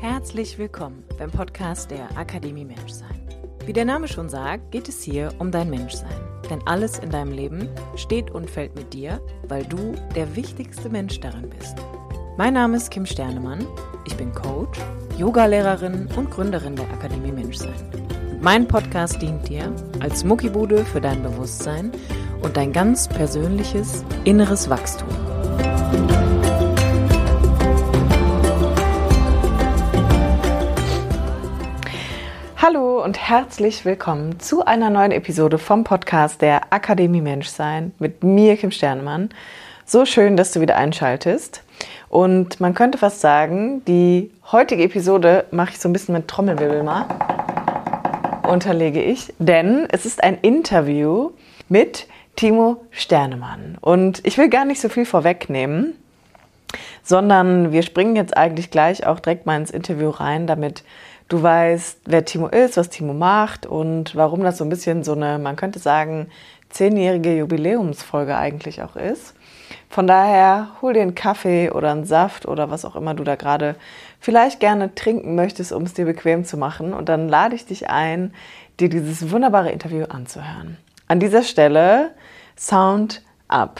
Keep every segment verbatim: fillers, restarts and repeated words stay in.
Herzlich willkommen beim Podcast der Akademie Menschsein. Wie der Name schon sagt, geht es hier um dein Menschsein. Denn alles in deinem Leben steht und fällt mit dir, weil du der wichtigste Mensch darin bist. Mein Name ist Kim Sternemann, ich bin Coach, Yogalehrerin und Gründerin der Akademie Menschsein. Und mein Podcast dient dir als Muckibude für dein Bewusstsein und dein ganz persönliches inneres Wachstum. Hallo und herzlich willkommen zu einer neuen Episode vom Podcast der Akademie Menschsein mit mir, Kim Sternemann. So schön, dass du wieder einschaltest. Und man könnte fast sagen, die heutige Episode mache ich so ein bisschen mit Trommelwirbel mal, unterlege ich, denn es ist ein Interview mit Timo Sternemann. Und ich will gar nicht so viel vorwegnehmen, sondern wir springen jetzt eigentlich gleich auch direkt mal ins Interview rein, damit du weißt, wer Timo ist, was Timo macht und warum das so ein bisschen so eine, man könnte sagen, zehnjährige Jubiläumsfolge eigentlich auch ist. Von daher hol dir einen Kaffee oder einen Saft oder was auch immer du da gerade vielleicht gerne trinken möchtest, um es dir bequem zu machen. Und dann lade ich dich ein, dir dieses wunderbare Interview anzuhören. An dieser Stelle Sound ab.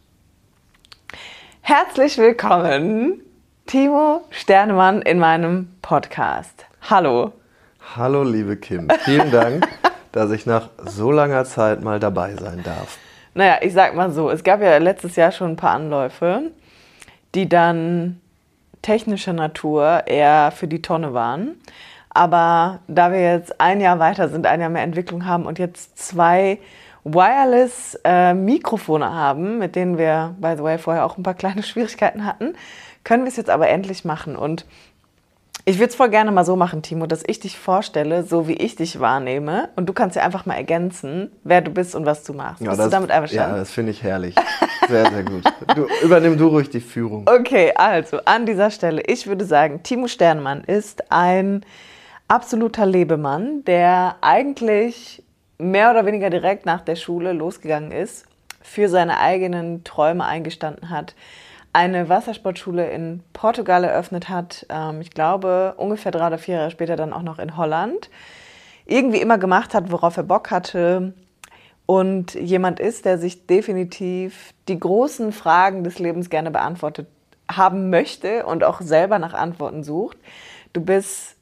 Herzlich willkommen, Timo Sternemann in meinem Podcast. Hallo. Hallo, liebe Kim. Vielen Dank, dass ich nach so langer Zeit mal dabei sein darf. Naja, ich sag mal so, es gab ja letztes Jahr schon ein paar Anläufe, die dann technischer Natur eher für die Tonne waren. Aber da wir jetzt ein Jahr weiter sind, ein Jahr mehr Entwicklung haben und jetzt zwei Wireless-Mikrofone äh, haben, mit denen wir, by the way, vorher auch ein paar kleine Schwierigkeiten hatten, können wir es jetzt aber endlich machen. Und ich würde es voll gerne mal so machen, Timo, dass ich dich vorstelle, so wie ich dich wahrnehme. Und du kannst ja einfach mal ergänzen, wer du bist und was du machst. Ja, bist das, du damit einverstanden? Ja, das finde ich herrlich. Sehr, sehr gut. Du, übernimm du ruhig die Führung. Okay, also an dieser Stelle, ich würde sagen, Timo Sternemann ist ein absoluter Lebemann, der eigentlich mehr oder weniger direkt nach der Schule losgegangen ist, für seine eigenen Träume eingestanden hat, eine Wassersportschule in Portugal eröffnet hat, ähm, ich glaube ungefähr drei oder vier Jahre später dann auch noch in Holland, irgendwie immer gemacht hat, worauf er Bock hatte und jemand ist, der sich definitiv die großen Fragen des Lebens gerne beantwortet haben möchte und auch selber nach Antworten sucht. Du bist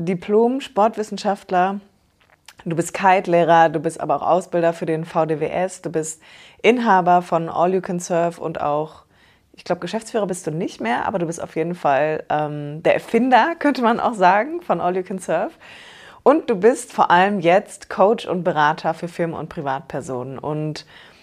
Diplom-Sportwissenschaftler, du bist Kite-Lehrer, du bist aber auch Ausbilder für den V D W S, du bist Inhaber von All You Can Surf und auch, ich glaube, Geschäftsführer bist du nicht mehr, aber du bist auf jeden Fall ähm, der Erfinder, könnte man auch sagen, von All You Can Surf. Und du bist vor allem jetzt Coach und Berater für Firmen und Privatpersonen. Und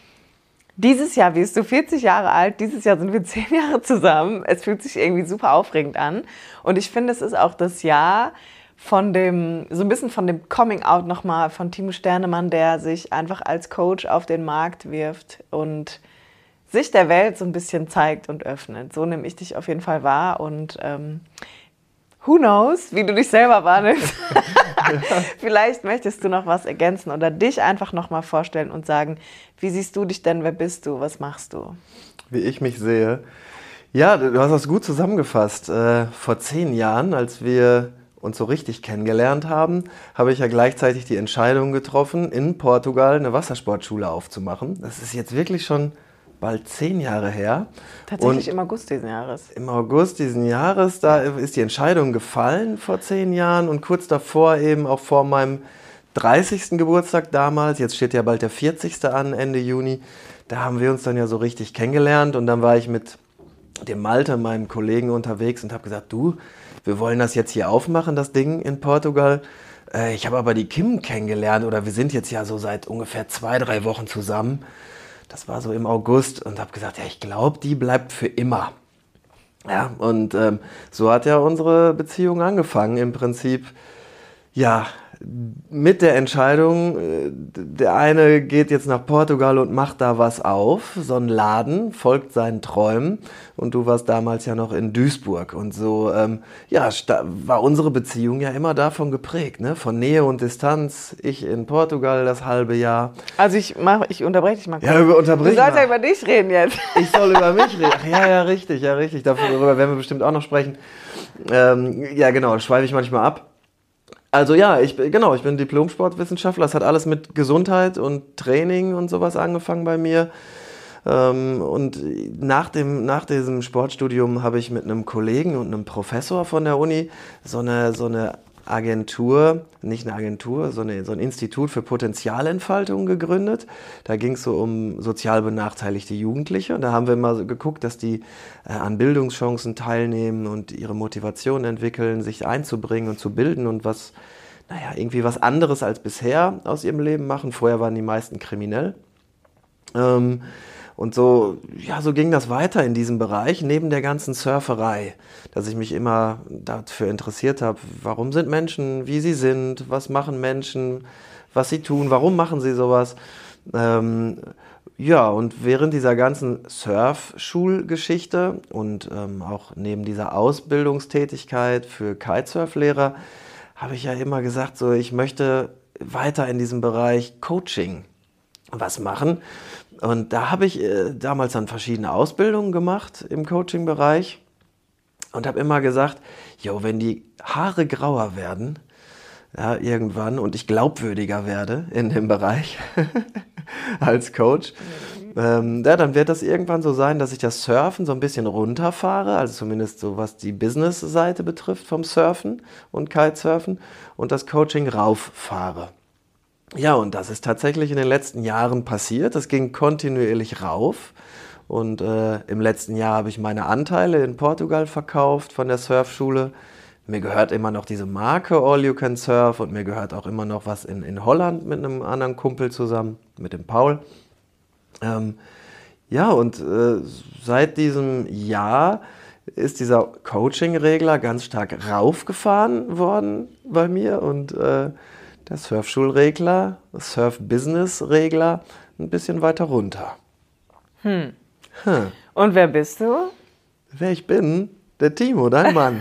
dieses Jahr wirst du vierzig Jahre alt, dieses Jahr sind wir zehn Jahre zusammen. Es fühlt sich irgendwie super aufregend an. Und ich finde, es ist auch das Jahr von dem, so ein bisschen von dem Coming-out nochmal von Timo Sternemann, der sich einfach als Coach auf den Markt wirft und sich der Welt so ein bisschen zeigt und öffnet. So nehme ich dich auf jeden Fall wahr und ähm, who knows, wie du dich selber wahrnimmst. Vielleicht möchtest du noch was ergänzen oder dich einfach nochmal vorstellen und sagen, wie siehst du dich denn, wer bist du, was machst du? Wie ich mich sehe? Ja, du hast das gut zusammengefasst. Äh, vor zehn Jahren, als wir uns so richtig kennengelernt haben, habe ich ja gleichzeitig die Entscheidung getroffen, in Portugal eine Wassersportschule aufzumachen. Das ist jetzt wirklich schon bald zehn Jahre her. Tatsächlich und im August diesen Jahres. Im August diesen Jahres, da ist die Entscheidung gefallen vor zehn Jahren und kurz davor eben auch vor meinem dreißigsten Geburtstag damals, jetzt steht ja bald der vierzigste an, Ende Juni, da haben wir uns dann ja so richtig kennengelernt und dann war ich mit dem Malte, meinem Kollegen, unterwegs und habe gesagt, du, wir wollen das jetzt hier aufmachen, das Ding in Portugal. Ich habe aber die Kim kennengelernt oder wir sind jetzt ja so seit ungefähr zwei, drei Wochen zusammen. Das war so im August und habe gesagt, ja, ich glaube, die bleibt für immer. Ja, und ähm, so hat ja unsere Beziehung angefangen. Im Prinzip, ja, mit der Entscheidung, der eine geht jetzt nach Portugal und macht da was auf, so ein Laden, folgt seinen Träumen, und du warst damals ja noch in Duisburg, und so ähm, ja, war unsere Beziehung ja immer davon geprägt, ne? Von Nähe und Distanz, ich in Portugal das halbe Jahr. Also ich mach, ich unterbreche dich mal kurz. Ja, unterbrich Du sollst mal. ja über dich reden jetzt. Ich soll über mich reden. Ach, ja, ja, richtig, ja, richtig. Darüber werden wir bestimmt auch noch sprechen. Ähm, ja, genau, schweife ich manchmal ab. Also ja, ich, genau, ich bin Diplom-Sportwissenschaftler. Das hat alles mit Gesundheit und Training und sowas angefangen bei mir. Ähm, und nach, dem, nach diesem Sportstudium habe ich mit einem Kollegen und einem Professor von der Uni so eine, so eine Agentur, nicht eine Agentur, so, eine, so ein Institut für Potenzialentfaltung gegründet. Da ging es so um sozial benachteiligte Jugendliche. Und da haben wir mal so geguckt, dass die äh, an Bildungschancen teilnehmen und ihre Motivation entwickeln, sich einzubringen und zu bilden und was, naja, irgendwie was anderes als bisher aus ihrem Leben machen. Vorher waren die meisten kriminell. Ähm, Und so, ja, so ging das weiter in diesem Bereich, neben der ganzen Surferei, dass ich mich immer dafür interessiert habe, warum sind Menschen, wie sie sind, was machen Menschen, was sie tun, warum machen sie sowas. Ähm, ja, und während dieser ganzen Surfschulgeschichte und ähm, auch neben dieser Ausbildungstätigkeit für Kitesurflehrer habe ich ja immer gesagt, so, ich möchte weiter in diesem Bereich Coaching was machen. Und da habe ich äh, damals dann verschiedene Ausbildungen gemacht im Coaching-Bereich und habe immer gesagt, jo, wenn die Haare grauer werden, ja, irgendwann, und ich glaubwürdiger werde in dem Bereich als Coach, ähm, ja, dann wird das irgendwann so sein, dass ich das Surfen so ein bisschen runterfahre, also zumindest so was die Business-Seite betrifft vom Surfen und Kitesurfen, und das Coaching rauffahre. Ja, und das ist tatsächlich in den letzten Jahren passiert. Das ging kontinuierlich rauf. Und äh, im letzten Jahr habe ich meine Anteile in Portugal verkauft von der Surfschule. Mir gehört immer noch diese Marke All You Can Surf, und mir gehört auch immer noch was in, in Holland mit einem anderen Kumpel zusammen, mit dem Paul. Ähm, ja, und äh, seit diesem Jahr ist dieser Coaching-Regler ganz stark raufgefahren worden bei mir, und äh, der Surfschulregler, Surf-Business-Regler ein bisschen weiter runter. Hm. Hm. Und wer bist du? Wer ich bin? Der Timo, dein Mann.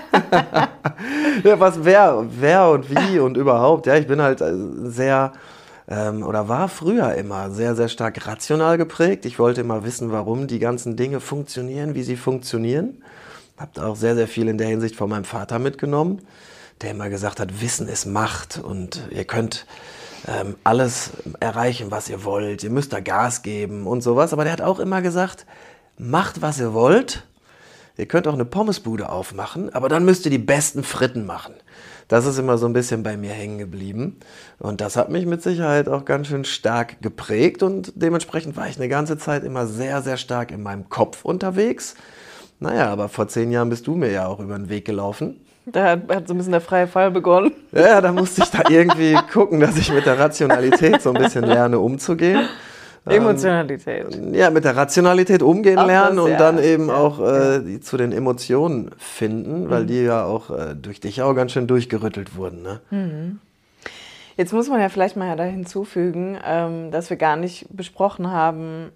Ja, was, wer, wer und wie und überhaupt. Ja, ich bin halt sehr, ähm, oder war früher immer sehr, sehr stark rational geprägt. Ich wollte immer wissen, warum die ganzen Dinge funktionieren, wie sie funktionieren. Hab da auch sehr, sehr viel in der Hinsicht von meinem Vater mitgenommen, der immer gesagt hat, Wissen ist Macht, und ihr könnt ähm, alles erreichen, was ihr wollt. Ihr müsst da Gas geben und sowas. Aber der hat auch immer gesagt, macht, was ihr wollt. Ihr könnt auch eine Pommesbude aufmachen, aber dann müsst ihr die besten Fritten machen. Das ist immer so ein bisschen bei mir hängen geblieben. Und das hat mich mit Sicherheit auch ganz schön stark geprägt. Und dementsprechend war ich eine ganze Zeit immer sehr, sehr stark in meinem Kopf unterwegs. Naja, aber vor zehn Jahren bist du mir ja auch über den Weg gelaufen. Da hat, hat so ein bisschen der freie Fall begonnen. Ja, da musste ich da irgendwie gucken, dass ich mit der Rationalität so ein bisschen lerne, umzugehen. Emotionalität. Ähm, ja, mit der Rationalität umgehen Auch lernen das, und ja. dann eben Ja, auch äh, ja. die, zu den Emotionen finden, weil Mhm. die ja auch äh, durch dich auch ganz schön durchgerüttelt wurden. Ne? Mhm. Jetzt muss man ja vielleicht mal da hinzufügen, ähm, dass wir gar nicht besprochen haben,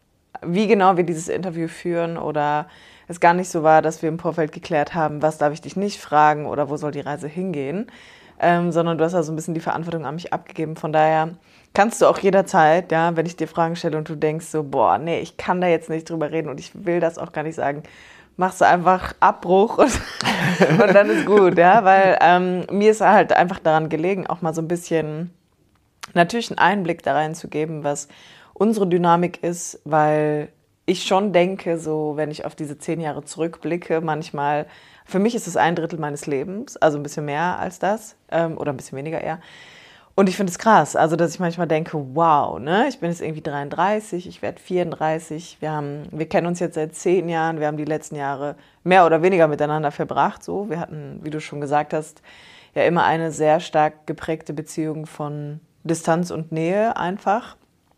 wie genau wir dieses Interview führen, oder es gar nicht so war, dass wir im Vorfeld geklärt haben, was darf ich dich nicht fragen oder wo soll die Reise hingehen, ähm, sondern du hast ja so ein bisschen die Verantwortung an mich abgegeben. Von daher kannst du auch jederzeit, ja, wenn ich dir Fragen stelle und du denkst so, boah, nee, ich kann da jetzt nicht drüber reden und ich will das auch gar nicht sagen, machst du einfach Abbruch und, und dann ist gut, ja, weil ähm, mir ist halt einfach daran gelegen, auch mal so ein bisschen natürlich einen Einblick da rein zu geben, was unsere Dynamik ist, weil ich schon denke, so wenn ich auf diese zehn Jahre zurückblicke, manchmal, für mich ist es ein Drittel meines Lebens, also ein bisschen mehr als das, ähm, oder ein bisschen weniger eher. Und ich finde es krass, also dass ich manchmal denke, wow, ne, ich bin jetzt irgendwie dreiunddreißig, ich werde vierunddreißig, wir haben, wir kennen uns jetzt seit zehn Jahren, wir haben die letzten Jahre mehr oder weniger miteinander verbracht, so, wir hatten, wie du schon gesagt hast, ja immer eine sehr stark geprägte Beziehung von Distanz und Nähe einfach,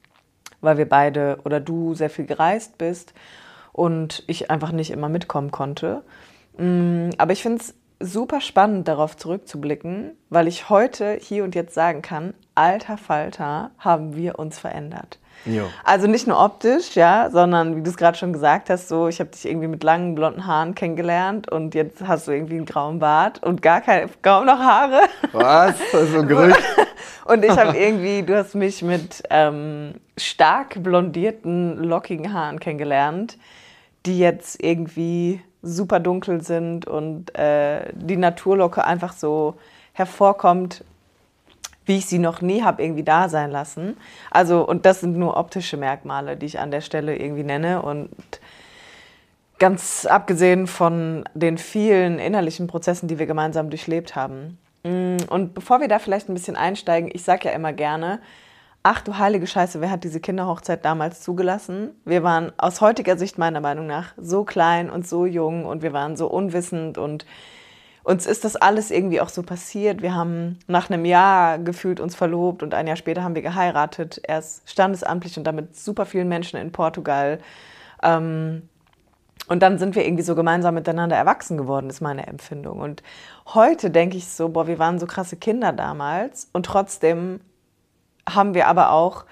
weil wir beide oder du sehr viel gereist bist und ich einfach nicht immer mitkommen konnte. Aber ich finde es super spannend, darauf zurückzublicken, weil ich heute hier und jetzt sagen kann, alter Falter, haben wir uns verändert. Jo. Also nicht nur optisch, ja, sondern wie du es gerade schon gesagt hast, so ich habe dich irgendwie mit langen blonden Haaren kennengelernt und jetzt hast du irgendwie einen grauen Bart und gar keine, kaum noch Haare. Was? Das ist so ein Gerücht. Und ich habe irgendwie, du hast mich mit ähm, stark blondierten, lockigen Haaren kennengelernt, die jetzt irgendwie super dunkel sind und äh, die Naturlocke einfach so hervorkommt, wie ich sie noch nie habe irgendwie da sein lassen. Also, und das sind nur optische Merkmale, die ich an der Stelle irgendwie nenne. Und ganz abgesehen von den vielen innerlichen Prozessen, die wir gemeinsam durchlebt haben. Und bevor wir da vielleicht ein bisschen einsteigen, ich sage ja immer gerne, ach du heilige Scheiße, wer hat diese Kinderhochzeit damals zugelassen? Wir waren aus heutiger Sicht meiner Meinung nach so klein und so jung und wir waren so unwissend und uns ist das alles irgendwie auch so passiert. Wir haben nach einem Jahr gefühlt uns verlobt und ein Jahr später haben wir geheiratet. Erst standesamtlich und damit super vielen Menschen in Portugal. Und dann sind wir irgendwie so gemeinsam miteinander erwachsen geworden, ist meine Empfindung. Und heute denke ich so, boah, wir waren so krasse Kinder damals und trotzdem haben wir aber auch,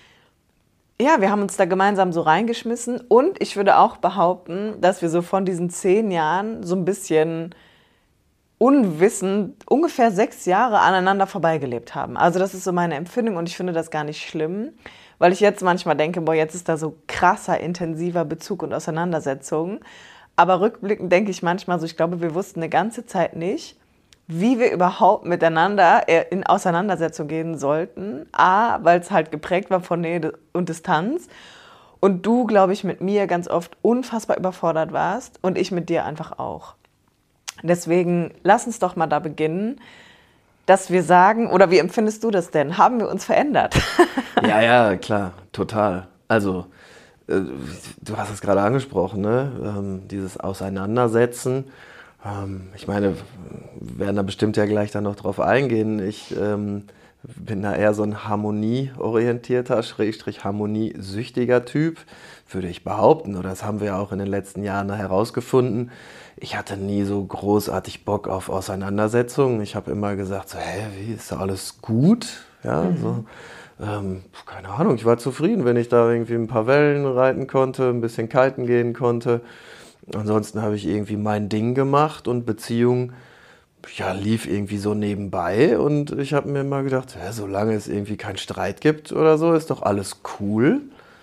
ja, wir haben uns da gemeinsam so reingeschmissen und ich würde auch behaupten, dass wir so von diesen zehn Jahren so ein bisschen unwissend ungefähr sechs Jahre aneinander vorbeigelebt haben. Also das ist so meine Empfindung und ich finde das gar nicht schlimm, weil ich jetzt manchmal denke, boah, jetzt ist da so krasser, intensiver Bezug und Auseinandersetzung. Aber rückblickend denke ich manchmal so, ich glaube, wir wussten eine ganze Zeit nicht, wie wir überhaupt miteinander in Auseinandersetzung gehen sollten. A, weil es halt geprägt war von Nähe und Distanz. Und du, glaube ich, mit mir ganz oft unfassbar überfordert warst und ich mit dir einfach auch. Deswegen lass uns doch mal da beginnen, dass wir sagen, oder wie empfindest du das denn? Haben wir uns verändert? Ja, ja, klar, total. Also, äh, du hast es gerade angesprochen, ne? Ähm, dieses Auseinandersetzen. Ähm, ich meine, wir werden da bestimmt ja gleich dann noch drauf eingehen. Ich ähm, bin da eher so ein harmonieorientierter, schrägstrich harmoniesüchtiger Typ, würde ich behaupten. Oder das haben wir ja auch in den letzten Jahren herausgefunden. Ich hatte nie so großartig Bock auf Auseinandersetzungen. Ich habe immer gesagt, so, hä, wie, ist da alles gut? Ja, mhm. so, ähm, keine Ahnung, ich war zufrieden, wenn ich da irgendwie ein paar Wellen reiten konnte, ein bisschen kiten gehen konnte. Ansonsten habe ich irgendwie mein Ding gemacht und Beziehung, ja, lief irgendwie so nebenbei. Und ich habe mir immer gedacht, ja, solange es irgendwie keinen Streit gibt oder so, ist doch alles cool.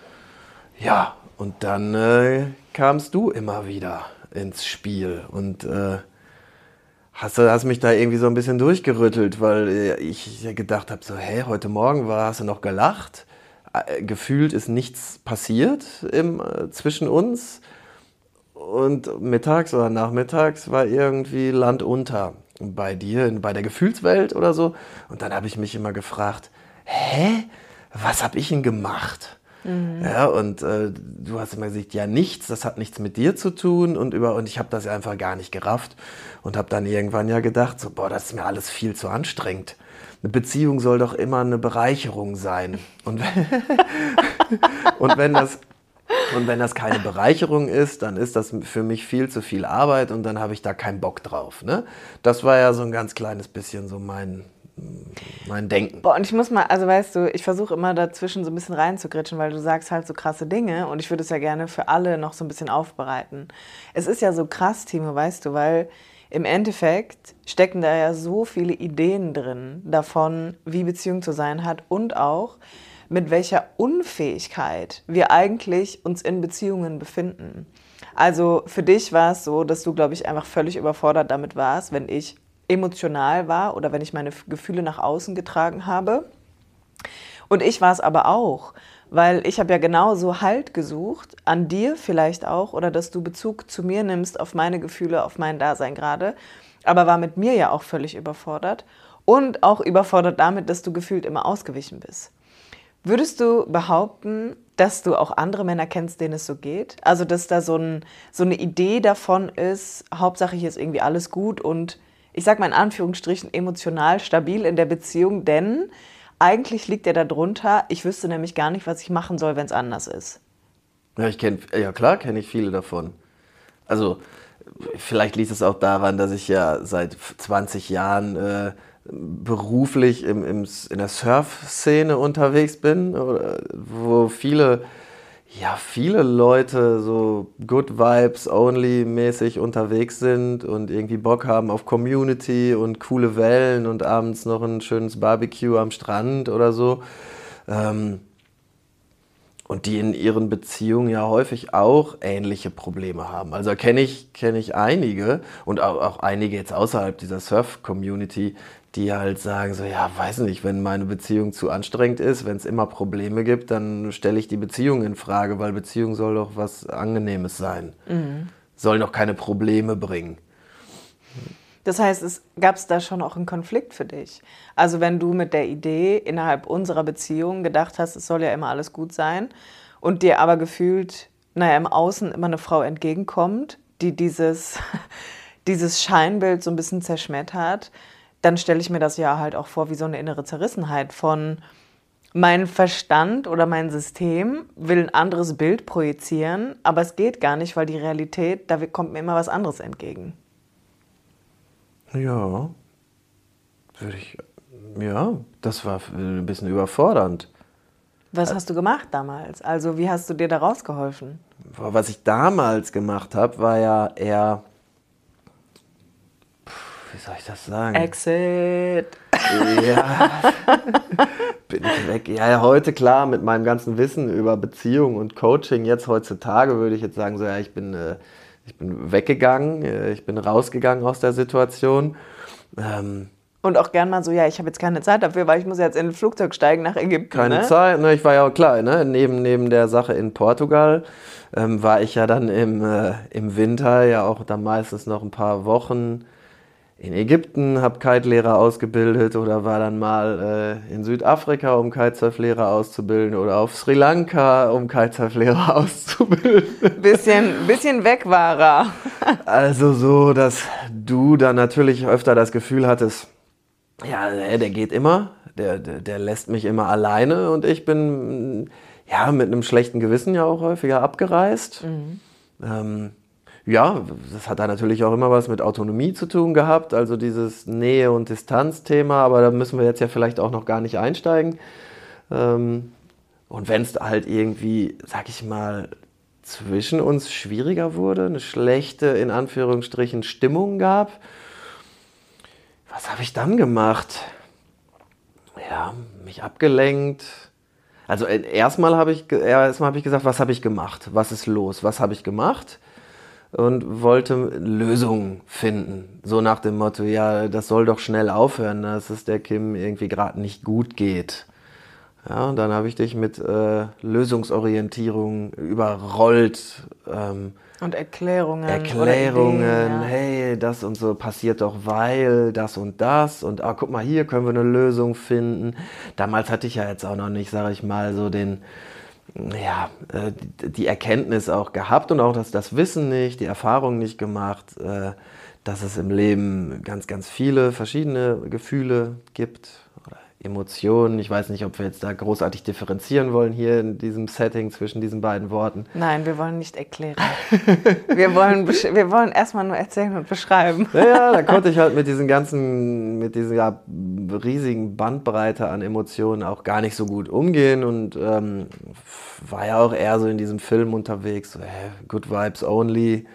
Ja, und dann äh, kamst du immer wieder ins Spiel und äh, hast, hast mich da irgendwie so ein bisschen durchgerüttelt, weil äh, ich gedacht habe, so, hey, heute Morgen war, hast du noch gelacht, äh, gefühlt ist nichts passiert im, äh, zwischen uns und mittags oder nachmittags war irgendwie Land unter bei dir, bei der Gefühlswelt oder so und dann habe ich mich immer gefragt, hä, was habe ich denn gemacht? Mhm. Ja, und äh, du hast immer gesagt, ja nichts, das hat nichts mit dir zu tun und, über, und ich habe das einfach gar nicht gerafft und habe dann irgendwann ja gedacht, so, boah, das ist mir alles viel zu anstrengend. Eine Beziehung soll doch immer eine Bereicherung sein und wenn, und wenn das und wenn das keine Bereicherung ist, dann ist das für mich viel zu viel Arbeit und dann habe ich da keinen Bock drauf. Ne? Das war ja so ein ganz kleines bisschen so mein mein Denken. Boah, und ich muss mal, also weißt du, ich versuche immer dazwischen so ein bisschen reinzugritschen, weil du sagst halt so krasse Dinge und ich würde es ja gerne für alle noch so ein bisschen aufbereiten. Es ist ja so krass, Timo, weißt du, weil im Endeffekt stecken da ja so viele Ideen drin davon, wie Beziehung zu sein hat und auch mit welcher Unfähigkeit wir eigentlich uns in Beziehungen befinden. Also für dich war es so, dass du, glaube ich, einfach völlig überfordert damit warst, wenn ich emotional war oder wenn ich meine Gefühle nach außen getragen habe. Und ich war es aber auch, weil ich habe ja genauso Halt gesucht, an dir vielleicht auch, oder dass du Bezug zu mir nimmst auf meine Gefühle, auf mein Dasein gerade, aber war mit mir ja auch völlig überfordert und auch überfordert damit, dass du gefühlt immer ausgewichen bist. Würdest du behaupten, dass du auch andere Männer kennst, denen es so geht? Also dass da so, ein, so eine Idee davon ist, Hauptsache hier ist irgendwie alles gut und ich sage mal in Anführungsstrichen, emotional stabil in der Beziehung, denn eigentlich liegt er da drunter, ich wüsste nämlich gar nicht, was ich machen soll, wenn es anders ist. Ja, ich kenn, ja klar kenne ich viele davon. Also vielleicht liegt es auch daran, dass ich ja seit zwanzig Jahren äh, beruflich im, im, in der Surf-Szene unterwegs bin, wo viele, ja, viele Leute so Good Vibes only mäßig unterwegs sind und irgendwie Bock haben auf Community und coole Wellen und abends noch ein schönes Barbecue am Strand oder so. Ähm, und die in ihren Beziehungen ja häufig auch ähnliche Probleme haben. Also kenne ich, kenn ich einige und auch, auch einige jetzt außerhalb dieser Surf-Community, die halt sagen so, ja, weiß nicht, wenn meine Beziehung zu anstrengend ist, wenn es immer Probleme gibt, dann stelle ich die Beziehung in Frage, weil Beziehung soll doch was Angenehmes sein. Mhm. Soll doch keine Probleme bringen. Das heißt, es gab es da schon auch einen Konflikt für dich? Also wenn du mit der Idee innerhalb unserer Beziehung gedacht hast, es soll ja immer alles gut sein und dir aber gefühlt, naja, im Außen immer eine Frau entgegenkommt, die dieses, dieses Scheinbild so ein bisschen zerschmettert, dann stelle ich mir das ja halt auch vor wie so eine innere Zerrissenheit von mein Verstand oder mein System will ein anderes Bild projizieren, aber es geht gar nicht, weil die Realität, da kommt mir immer was anderes entgegen. Ja, würde ich, ja, das war ein bisschen überfordernd. Was hast du gemacht damals? Also wie hast du dir da rausgeholfen? Was ich damals gemacht habe, war ja eher, wie soll ich das sagen? Exit. Ja, bin ich weg. Ja, heute klar, mit meinem ganzen Wissen über Beziehung und Coaching, jetzt heutzutage würde ich jetzt sagen, so ja, ich bin, äh, ich bin weggegangen, äh, ich bin rausgegangen aus der Situation. Ähm, Und auch gern mal so, ja, ich habe jetzt keine Zeit dafür, weil ich muss jetzt in ein Flugzeug steigen nach Ägypten. Keine ne? Zeit, ne? Ich war ja klar, ne? neben, neben der Sache in Portugal ähm, war ich ja dann im, äh, im Winter ja auch dann meistens noch ein paar Wochen in Ägypten, habe Kite-Lehrer ausgebildet oder war dann mal äh, in Südafrika, um Kitesurf-Lehrer auszubilden oder auf Sri Lanka, um Kitesurf-Lehrer auszubilden. Bisschen, bisschen weg war er. Also so, dass du dann natürlich öfter das Gefühl hattest, ja, der geht immer, der, der, der lässt mich immer alleine und ich bin ja mit einem schlechten Gewissen ja auch häufiger abgereist. Mhm. Ähm, ja, das hat da natürlich auch immer was mit Autonomie zu tun gehabt, also dieses Nähe- und Distanzthema, aber da müssen wir jetzt ja vielleicht auch noch gar nicht einsteigen. Ähm, und wenn es halt irgendwie, sag ich mal, zwischen uns schwieriger wurde, eine schlechte, in Anführungsstrichen, Stimmung gab, was habe ich dann gemacht? Ja, mich abgelenkt. Also erstmal habe ich, erstmal habe ich gesagt, was habe ich gemacht? Was ist los? Was habe ich gemacht? Und wollte Lösungen finden. So nach dem Motto, ja, das soll doch schnell aufhören, dass es der Kim irgendwie gerade nicht gut geht. Ja, und dann habe ich dich mit äh, Lösungsorientierung überrollt. Ähm, und Erklärungen. Erklärungen, Ideen, ja. Hey, das und so passiert doch, weil das und das. Und ah, guck mal, hier können wir eine Lösung finden. Damals hatte ich ja jetzt auch noch nicht, sage ich mal, so den... ja, äh, die Erkenntnis auch gehabt und auch das, das Wissen nicht, die Erfahrung nicht gemacht, äh, dass es im Leben ganz, ganz viele verschiedene Gefühle gibt oder Emotionen. Ich weiß nicht, ob wir jetzt da großartig differenzieren wollen hier in diesem Setting zwischen diesen beiden Worten. Nein, wir wollen nicht erklären. wir wollen, wir wollen erstmal nur erzählen und beschreiben. Naja, da konnte ich halt mit diesen ganzen, mit dieser ja, riesigen Bandbreite an Emotionen auch gar nicht so gut umgehen und ähm, war ja auch eher so in diesem Film unterwegs, so, hey, good vibes only.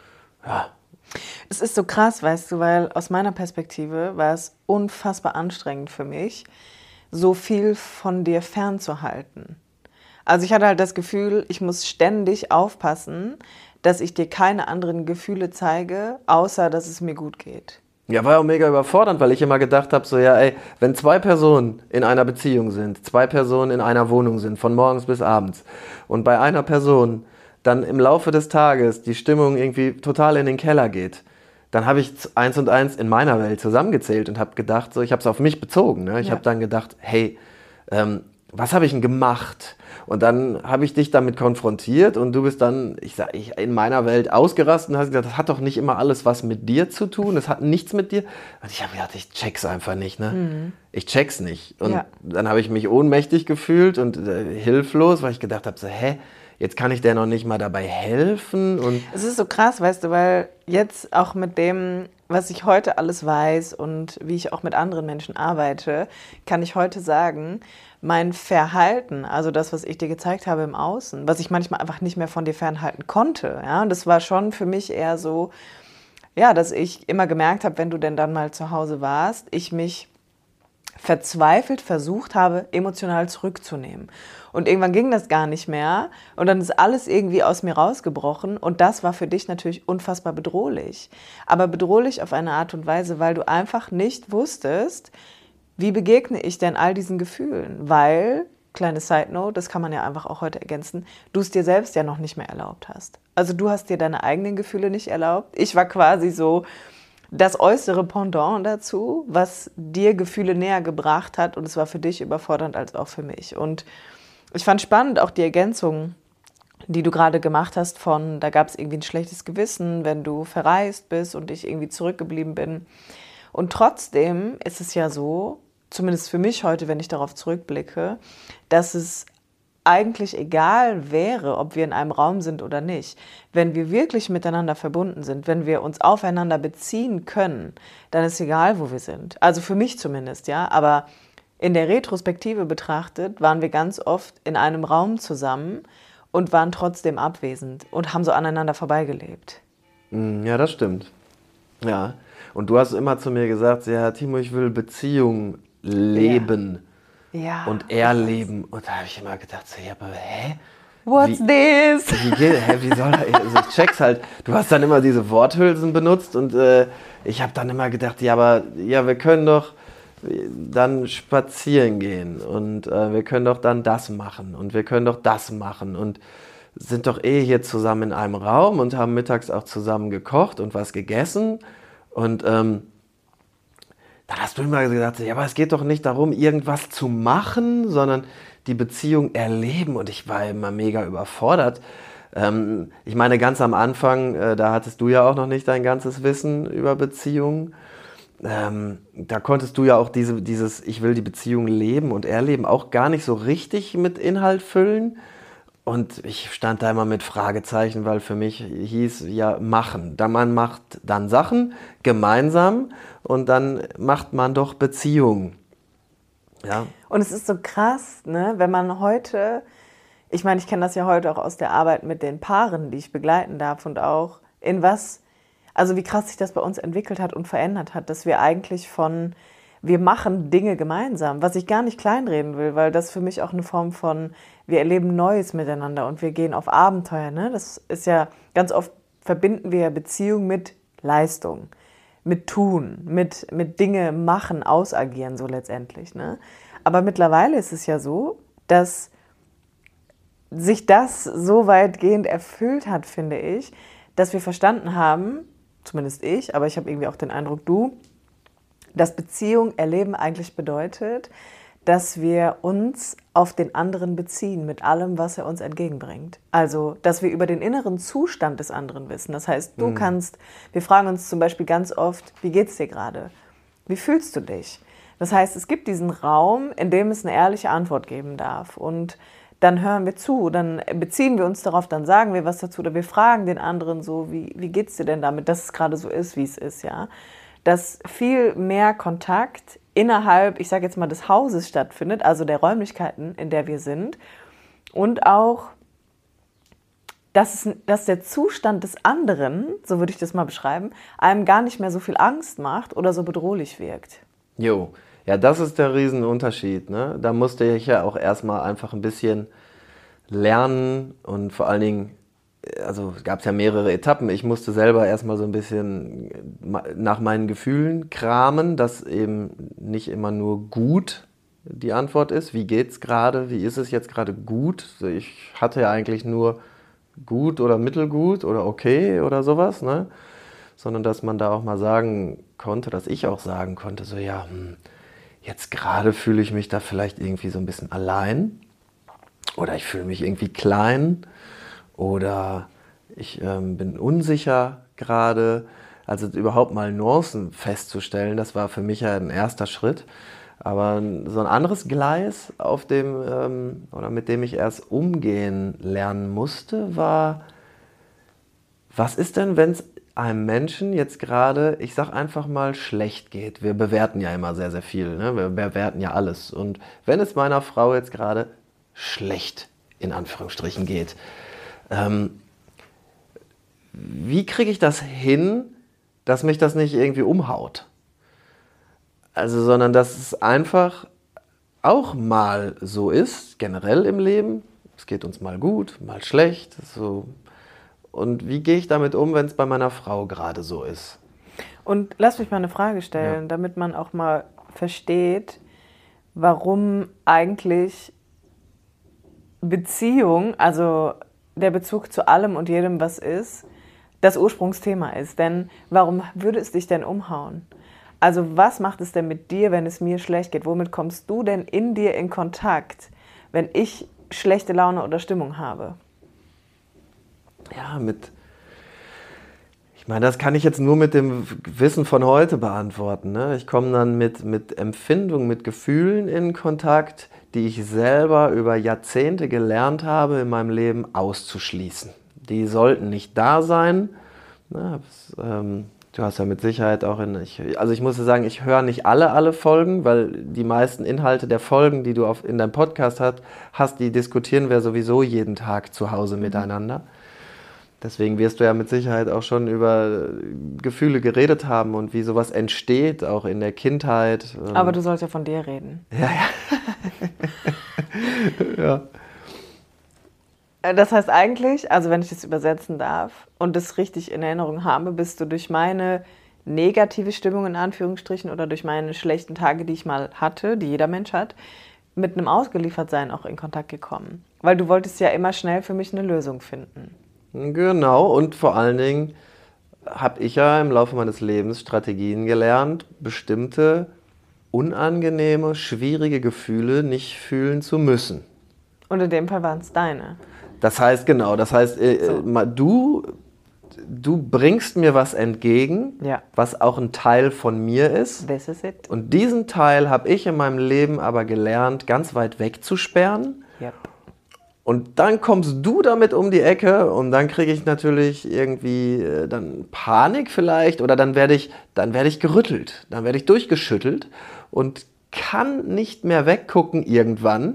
Ja. Es ist so krass, weißt du, weil aus meiner Perspektive war es unfassbar anstrengend für mich, so viel von dir fernzuhalten. Also ich hatte halt das Gefühl, ich muss ständig aufpassen, dass ich dir keine anderen Gefühle zeige, außer dass es mir gut geht. Ja, war auch mega überfordernd, weil ich immer gedacht habe, so ja, ey, wenn zwei Personen in einer Beziehung sind, zwei Personen in einer Wohnung sind, von morgens bis abends, und bei einer Person dann im Laufe des Tages die Stimmung irgendwie total in den Keller geht, dann habe ich eins und eins in meiner Welt zusammengezählt und habe gedacht, so, ich habe es auf mich bezogen. Ne? Ich ja. habe dann gedacht, hey, ähm, was habe ich denn gemacht? Und dann habe ich dich damit konfrontiert und du bist dann, ich sag, ich in meiner Welt ausgerastet und hast gesagt, das hat doch nicht immer alles was mit dir zu tun, das hat nichts mit dir. Und ich habe gedacht, ich check's einfach nicht, ne? Mhm. Ich check's nicht. Und ja. dann habe ich mich ohnmächtig gefühlt und äh, hilflos, weil ich gedacht habe, so, hä? jetzt kann ich der noch nicht mal dabei helfen. Und es ist so krass, weißt du, weil jetzt auch mit dem, was ich heute alles weiß und wie ich auch mit anderen Menschen arbeite, kann ich heute sagen, mein Verhalten, also das, was ich dir gezeigt habe im Außen, was ich manchmal einfach nicht mehr von dir fernhalten konnte, ja, und das war schon für mich eher so, ja, dass ich immer gemerkt habe, wenn du denn dann mal zu Hause warst, ich mich verzweifelt versucht habe, emotional zurückzunehmen. Und irgendwann ging das gar nicht mehr und dann ist alles irgendwie aus mir rausgebrochen und das war für dich natürlich unfassbar bedrohlich. Aber bedrohlich auf eine Art und Weise, weil du einfach nicht wusstest, wie begegne ich denn all diesen Gefühlen? Weil, kleine Side Note, das kann man ja einfach auch heute ergänzen, du es dir selbst ja noch nicht mehr erlaubt hast. Also du hast dir deine eigenen Gefühle nicht erlaubt. Ich war quasi so das äußere Pendant dazu, was dir Gefühle näher gebracht hat und es war für dich überfordernd als auch für mich. Und ich fand spannend auch die Ergänzung, die du gerade gemacht hast von, da gab es irgendwie ein schlechtes Gewissen, wenn du verreist bist und ich irgendwie zurückgeblieben bin. Und trotzdem ist es ja so, zumindest für mich heute, wenn ich darauf zurückblicke, dass es eigentlich egal wäre, ob wir in einem Raum sind oder nicht. Wenn wir wirklich miteinander verbunden sind, wenn wir uns aufeinander beziehen können, dann ist egal, wo wir sind. Also für mich zumindest, ja. Aber in der Retrospektive betrachtet, waren wir ganz oft in einem Raum zusammen und waren trotzdem abwesend und haben so aneinander vorbeigelebt. Ja, das stimmt. Ja. Und du hast immer zu mir gesagt, ja, Timo, ich will Beziehung leben. Ja. Ja, und erleben. Und da habe ich immer gedacht, so, ja, aber hä? What's wie, this? Wie, geht, hä, wie soll das? Also ich check's halt. Du hast dann immer diese Worthülsen benutzt und äh, ich habe dann immer gedacht, ja, aber ja, wir können doch dann spazieren gehen und äh, wir können doch dann das machen und wir können doch das machen und sind doch eh hier zusammen in einem Raum und haben mittags auch zusammen gekocht und was gegessen und ähm, dann hast du immer gesagt, ja, aber es geht doch nicht darum, irgendwas zu machen, sondern die Beziehung erleben. Und ich war immer mega überfordert. Ähm, ich meine, ganz am Anfang, äh, da hattest du ja auch noch nicht dein ganzes Wissen über Beziehungen. Ähm, da konntest du ja auch diese, dieses Ich will die Beziehung leben und erleben auch gar nicht so richtig mit Inhalt füllen. Und ich stand da immer mit Fragezeichen, weil für mich hieß ja machen. Da man macht dann Sachen gemeinsam und dann macht man doch Beziehungen. Ja. Und es ist so krass, ne, wenn man heute, ich meine, ich kenne das ja heute auch aus der Arbeit mit den Paaren, die ich begleiten darf und auch in was, also wie krass sich das bei uns entwickelt hat und verändert hat, dass wir eigentlich von, wir machen Dinge gemeinsam, was ich gar nicht kleinreden will, weil das für mich auch eine Form von, wir erleben Neues miteinander und wir gehen auf Abenteuer. Ne? Das ist ja, ganz oft verbinden wir ja Beziehung mit Leistung, mit Tun, mit, mit Dinge machen, ausagieren, so letztendlich. Ne? Aber mittlerweile ist es ja so, dass sich das so weitgehend erfüllt hat, finde ich, dass wir verstanden haben, zumindest ich, aber ich habe irgendwie auch den Eindruck, du, dass Beziehung erleben eigentlich bedeutet, dass wir uns auf den anderen beziehen mit allem, was er uns entgegenbringt. Also, dass wir über den inneren Zustand des anderen wissen. Das heißt, du mhm. kannst, wir fragen uns zum Beispiel ganz oft, wie geht's dir gerade? Wie fühlst du dich? Das heißt, es gibt diesen Raum, in dem es eine ehrliche Antwort geben darf. Und dann hören wir zu, dann beziehen wir uns darauf, dann sagen wir was dazu oder wir fragen den anderen so, wie, wie geht's dir denn damit, dass es gerade so ist, wie es ist, ja? Dass viel mehr Kontakt innerhalb, ich sage jetzt mal, des Hauses stattfindet, also der Räumlichkeiten, in der wir sind. Und auch, dass, es, dass der Zustand des anderen, so würde ich das mal beschreiben, einem gar nicht mehr so viel Angst macht oder so bedrohlich wirkt. Jo, ja, das ist der Riesenunterschied. Ne? Da musste ich ja auch erstmal einfach ein bisschen lernen und vor allen Dingen, also gab es ja mehrere Etappen. Ich musste selber erstmal so ein bisschen nach meinen Gefühlen kramen, dass eben nicht immer nur gut die Antwort ist. Wie geht's gerade? Wie ist es jetzt gerade gut? Ich hatte ja eigentlich nur gut oder mittelgut oder okay oder sowas, ne? Sondern dass man da auch mal sagen konnte, dass ich auch sagen konnte, so ja, hm, jetzt gerade fühle ich mich da vielleicht irgendwie so ein bisschen allein oder ich fühle mich irgendwie klein. Oder ich ähm, bin unsicher gerade. Also überhaupt mal Nuancen festzustellen, das war für mich ja ein erster Schritt. Aber so ein anderes Gleis, auf dem, ähm, oder mit dem ich erst umgehen lernen musste, war, was ist denn, wenn es einem Menschen jetzt gerade, ich sag einfach mal, schlecht geht? Wir bewerten ja immer sehr, sehr viel, ne? Wir bewerten ja alles. Und wenn es meiner Frau jetzt gerade schlecht, in Anführungsstrichen, geht, ähm, wie kriege ich das hin, dass mich das nicht irgendwie umhaut? Also, sondern dass es einfach auch mal so ist, generell im Leben. Es geht uns mal gut, mal schlecht. So. Und wie gehe ich damit um, wenn es bei meiner Frau gerade so ist? Und lass mich mal eine Frage stellen, ja. damit man auch mal versteht, warum eigentlich Beziehung, also der Bezug zu allem und jedem, was ist, das Ursprungsthema ist. Denn warum würde es dich denn umhauen? Also was macht es denn mit dir, wenn es mir schlecht geht? Womit kommst du denn in dir in Kontakt, wenn ich schlechte Laune oder Stimmung habe? Ja, mit... Ich meine, das kann ich jetzt nur mit dem Wissen von heute beantworten. Ne? Ich komme dann mit, mit Empfindungen, mit Gefühlen in Kontakt, die ich selber über Jahrzehnte gelernt habe, in meinem Leben auszuschließen. Die sollten nicht da sein. Na, das, ähm, du hast ja mit Sicherheit auch in... Ich, also ich muss sagen, ich höre nicht alle, alle Folgen, weil die meisten Inhalte der Folgen, die du auf, in deinem Podcast hast, hast, die diskutieren wir sowieso jeden Tag zu Hause mhm. miteinander. Deswegen wirst du ja mit Sicherheit auch schon über Gefühle geredet haben und wie sowas entsteht, auch in der Kindheit. Aber du sollst ja von dir reden. Ja, ja. ja. Das heißt eigentlich, also wenn ich das übersetzen darf und das richtig in Erinnerung habe, bist du durch meine negative Stimmung in Anführungsstrichen oder durch meine schlechten Tage, die ich mal hatte, die jeder Mensch hat, mit einem Ausgeliefertsein auch in Kontakt gekommen. Weil du wolltest ja immer schnell für mich eine Lösung finden. Genau, und vor allen Dingen habe ich ja im Laufe meines Lebens Strategien gelernt, bestimmte unangenehme, schwierige Gefühle nicht fühlen zu müssen. Und in dem Fall waren es deine. Das heißt, genau, das heißt, äh, so. du, du bringst mir was entgegen, ja. was auch ein Teil von mir ist. This is it. Und diesen Teil habe ich in meinem Leben aber gelernt, ganz weit wegzusperren. Yep. Und dann kommst du damit um die Ecke und dann kriege ich natürlich irgendwie äh, dann Panik vielleicht oder dann werde ich, dann werde ich gerüttelt, dann werde ich durchgeschüttelt und kann nicht mehr weggucken irgendwann,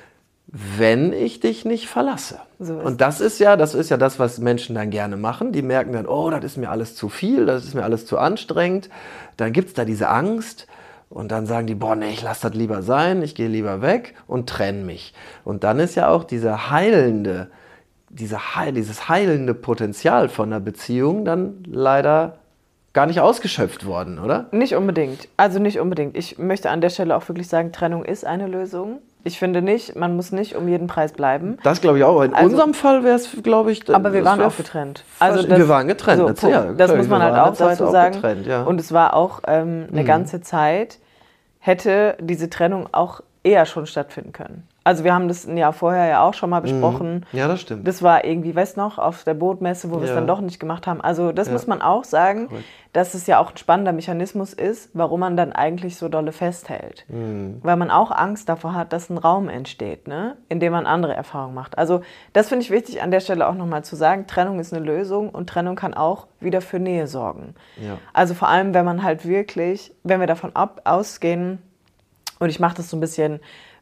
wenn ich dich nicht verlasse. So ist und das ist ja, das ist ja das, was Menschen dann gerne machen. Die merken dann, oh, das ist mir alles zu viel, das ist mir alles zu anstrengend. Dann gibt es da diese Angst. Und dann sagen die, boah, nee, ich lasse das lieber sein, ich gehe lieber weg und trenne mich. Und dann ist ja auch diese heilende, diese Heil, dieses heilende Potenzial von einer Beziehung dann leider gar nicht ausgeschöpft worden, oder? Nicht unbedingt. Also nicht unbedingt. Ich möchte an der Stelle auch wirklich sagen, Trennung ist eine Lösung. Ich finde nicht, man muss nicht um jeden Preis bleiben. Das glaube ich auch. In also, unserem Fall wäre es, glaube ich... Aber wir waren auch getrennt. Also das, wir waren getrennt. So, ja, das muss man halt auch dazu auch sagen. Getrennt, ja. Und es war auch ähm, eine mhm. ganze Zeit, hätte diese Trennung auch eher schon stattfinden können. Also wir haben das ein Jahr vorher ja auch schon mal besprochen. Ja, das stimmt. Das war irgendwie, weißt du noch, auf der Bootmesse, wo wir ja. es dann doch nicht gemacht haben. Also das ja. muss man auch sagen, Correct. dass es ja auch ein spannender Mechanismus ist, warum man dann eigentlich so dolle festhält. Mhm. Weil man auch Angst davor hat, dass ein Raum entsteht, ne? in dem man andere Erfahrungen macht. Also das finde ich wichtig an der Stelle auch nochmal zu sagen, Trennung ist eine Lösung und Trennung kann auch wieder für Nähe sorgen. Ja. Also vor allem, wenn man halt wirklich, wenn wir davon ab, ausgehen, und ich mache das so ein bisschen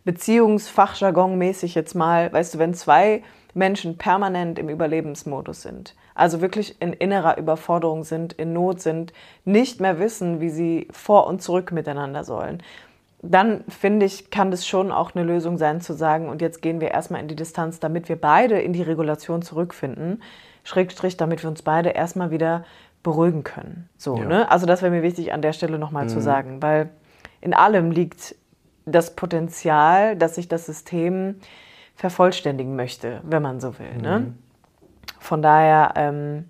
Beziehungsfachjargon-mäßig jetzt mal, weißt du, wenn zwei Menschen permanent im Überlebensmodus sind, also wirklich in innerer Überforderung sind, in Not sind, nicht mehr wissen, wie sie vor und zurück miteinander sollen, dann finde ich, kann das schon auch eine Lösung sein, zu sagen, und jetzt gehen wir erstmal in die Distanz, damit wir beide in die Regulation zurückfinden, Schrägstrich, damit wir uns beide erstmal wieder beruhigen können. So, ja. ne? Also das wäre mir wichtig an der Stelle nochmal mhm. zu sagen, weil in allem liegt das Potenzial, dass sich das System vervollständigen möchte, wenn man so will. Mhm. Ne? Von daher, ähm,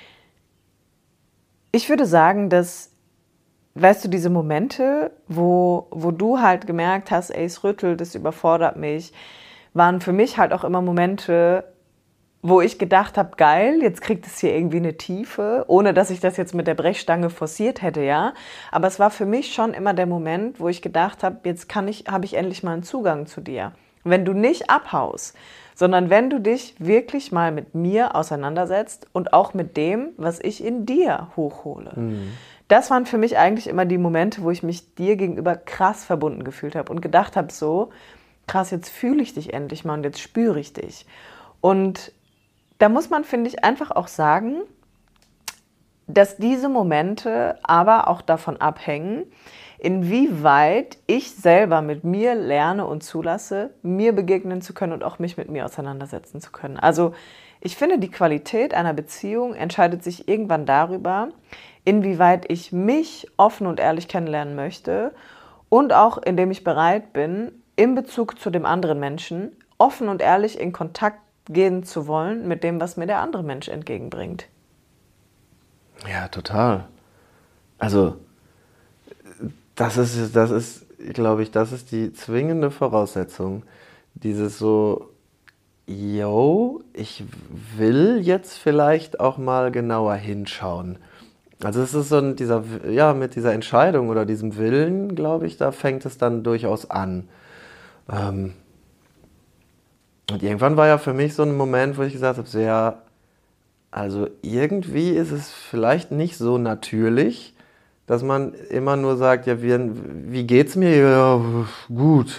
ich würde sagen, dass, weißt du, diese Momente, wo, wo du halt gemerkt hast, ey, es rüttelt, es überfordert mich, waren für mich halt auch immer Momente, wo ich gedacht habe, geil, jetzt kriegt es hier irgendwie eine Tiefe, ohne dass ich das jetzt mit der Brechstange forciert hätte, ja. Aber es war für mich schon immer der Moment, wo ich gedacht habe, jetzt kann ich, habe ich endlich mal einen Zugang zu dir. Wenn du nicht abhaust, sondern wenn du dich wirklich mal mit mir auseinandersetzt und auch mit dem, was ich in dir hochhole. Mhm. Das waren für mich eigentlich immer die Momente, wo ich mich dir gegenüber krass verbunden gefühlt habe und gedacht habe, so, krass, jetzt fühle ich dich endlich mal und jetzt spüre ich dich. Und da muss man, finde ich, einfach auch sagen, dass diese Momente aber auch davon abhängen, inwieweit ich selber mit mir lerne und zulasse, mir begegnen zu können und auch mich mit mir auseinandersetzen zu können. Also ich finde, die Qualität einer Beziehung entscheidet sich irgendwann darüber, inwieweit ich mich offen und ehrlich kennenlernen möchte und auch indem ich bereit bin, in Bezug zu dem anderen Menschen offen und ehrlich in Kontakt gehen zu wollen mit dem, was mir der andere Mensch entgegenbringt. Ja, total. Also das ist, das ist, glaube ich, das ist die zwingende Voraussetzung. Dieses so, yo, ich will jetzt vielleicht auch mal genauer hinschauen. Also es ist so ein, dieser, ja, mit dieser Entscheidung oder diesem Willen, glaube ich, da fängt es dann durchaus an. Ähm, und irgendwann war ja für mich so ein Moment, wo ich gesagt habe, so, ja, also irgendwie ist es vielleicht nicht so natürlich, dass man immer nur sagt, ja, wie, wie geht's mir? Ja, gut.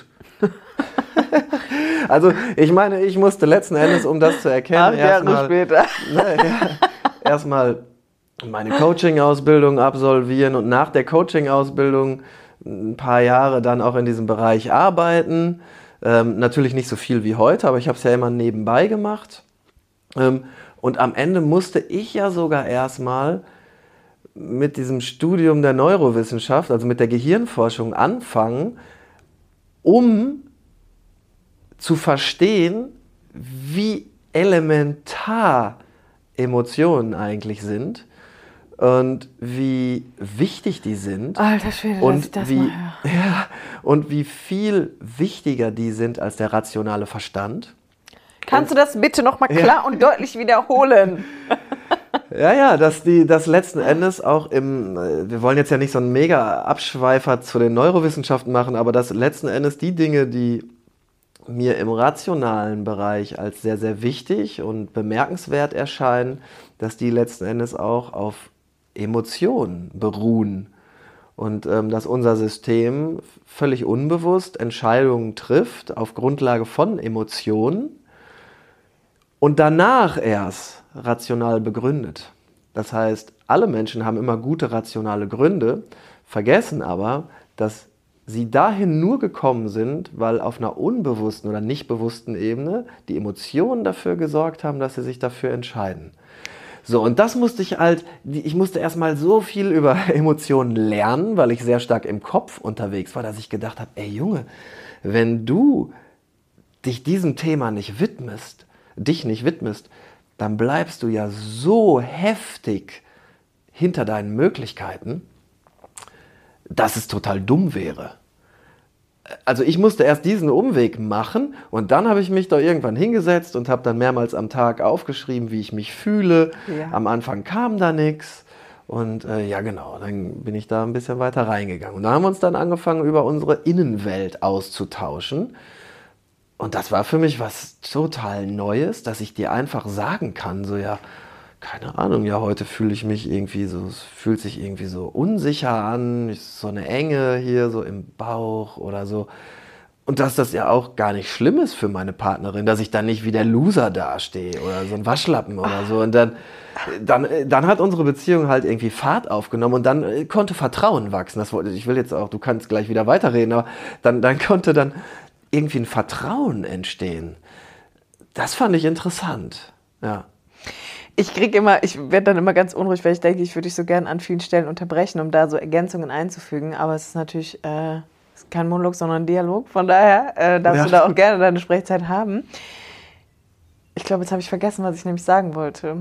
Also ich meine, ich musste letzten Endes, um das zu erkennen, Acht Jahre erstmal, später. Ne, ja, erstmal meine Coaching-Ausbildung absolvieren und nach der Coaching-Ausbildung ein paar Jahre dann auch in diesem Bereich arbeiten. Ähm, natürlich nicht so viel wie heute, aber ich habe es ja immer nebenbei gemacht. Ähm, und am Ende musste ich ja sogar erstmal mit diesem Studium der Neurowissenschaft, also mit der Gehirnforschung anfangen, um zu verstehen, wie elementar Emotionen eigentlich sind und wie wichtig die sind. Alter Schwede, und dass ich das wie, mal höre. Ja, und wie viel wichtiger die sind als der rationale Verstand. Kannst und, du das bitte nochmal klar ja. und deutlich wiederholen? Ja, ja, dass die das letzten Endes auch im, wir wollen jetzt ja nicht so einen mega Abschweifer zu den Neurowissenschaften machen, aber dass letzten Endes die Dinge, die mir im rationalen Bereich als sehr, sehr wichtig und bemerkenswert erscheinen, dass die letzten Endes auch auf Emotionen beruhen. Und ähm, dass unser System völlig unbewusst Entscheidungen trifft auf Grundlage von Emotionen und danach erst rational begründet. Das heißt, alle Menschen haben immer gute rationale Gründe, vergessen aber, dass sie dahin nur gekommen sind, weil auf einer unbewussten oder nicht bewussten Ebene die Emotionen dafür gesorgt haben, dass sie sich dafür entscheiden. So, und das musste ich halt, ich musste erstmal so viel über Emotionen lernen, weil ich sehr stark im Kopf unterwegs war, dass ich gedacht habe, ey Junge, wenn du dich diesem Thema nicht widmest, dich nicht widmest, dann bleibst du ja so heftig hinter deinen Möglichkeiten, dass es total dumm wäre. Also ich musste erst diesen Umweg machen und dann habe ich mich da irgendwann hingesetzt und habe dann mehrmals am Tag aufgeschrieben, wie ich mich fühle. Ja. Am Anfang kam da nichts und äh, ja genau, dann bin ich da ein bisschen weiter reingegangen. Und da haben wir uns dann angefangen, über unsere Innenwelt auszutauschen. Und das war für mich was total Neues, dass ich dir einfach sagen kann, so ja, keine Ahnung, ja, heute fühle ich mich irgendwie so, es fühlt sich irgendwie so unsicher an, so eine Enge hier so im Bauch oder so. Und dass das ja auch gar nicht schlimm ist für meine Partnerin, dass ich dann nicht wie der Loser dastehe oder so ein Waschlappen oder so. Und dann, dann, dann hat unsere Beziehung halt irgendwie Fahrt aufgenommen und dann konnte Vertrauen wachsen. Das wollte, ich will jetzt auch, du kannst gleich wieder weiterreden, aber dann, dann konnte dann irgendwie ein Vertrauen entstehen. Das fand ich interessant, ja. Ich kriege immer, ich werde dann immer ganz unruhig, weil ich denke, ich würde dich so gern an vielen Stellen unterbrechen, um da so Ergänzungen einzufügen. Aber es ist natürlich äh, ist kein Monolog, sondern ein Dialog. Von daher äh, darfst ja. du da auch gerne deine Sprechzeit haben. Ich glaube, jetzt habe ich vergessen, was ich nämlich sagen wollte.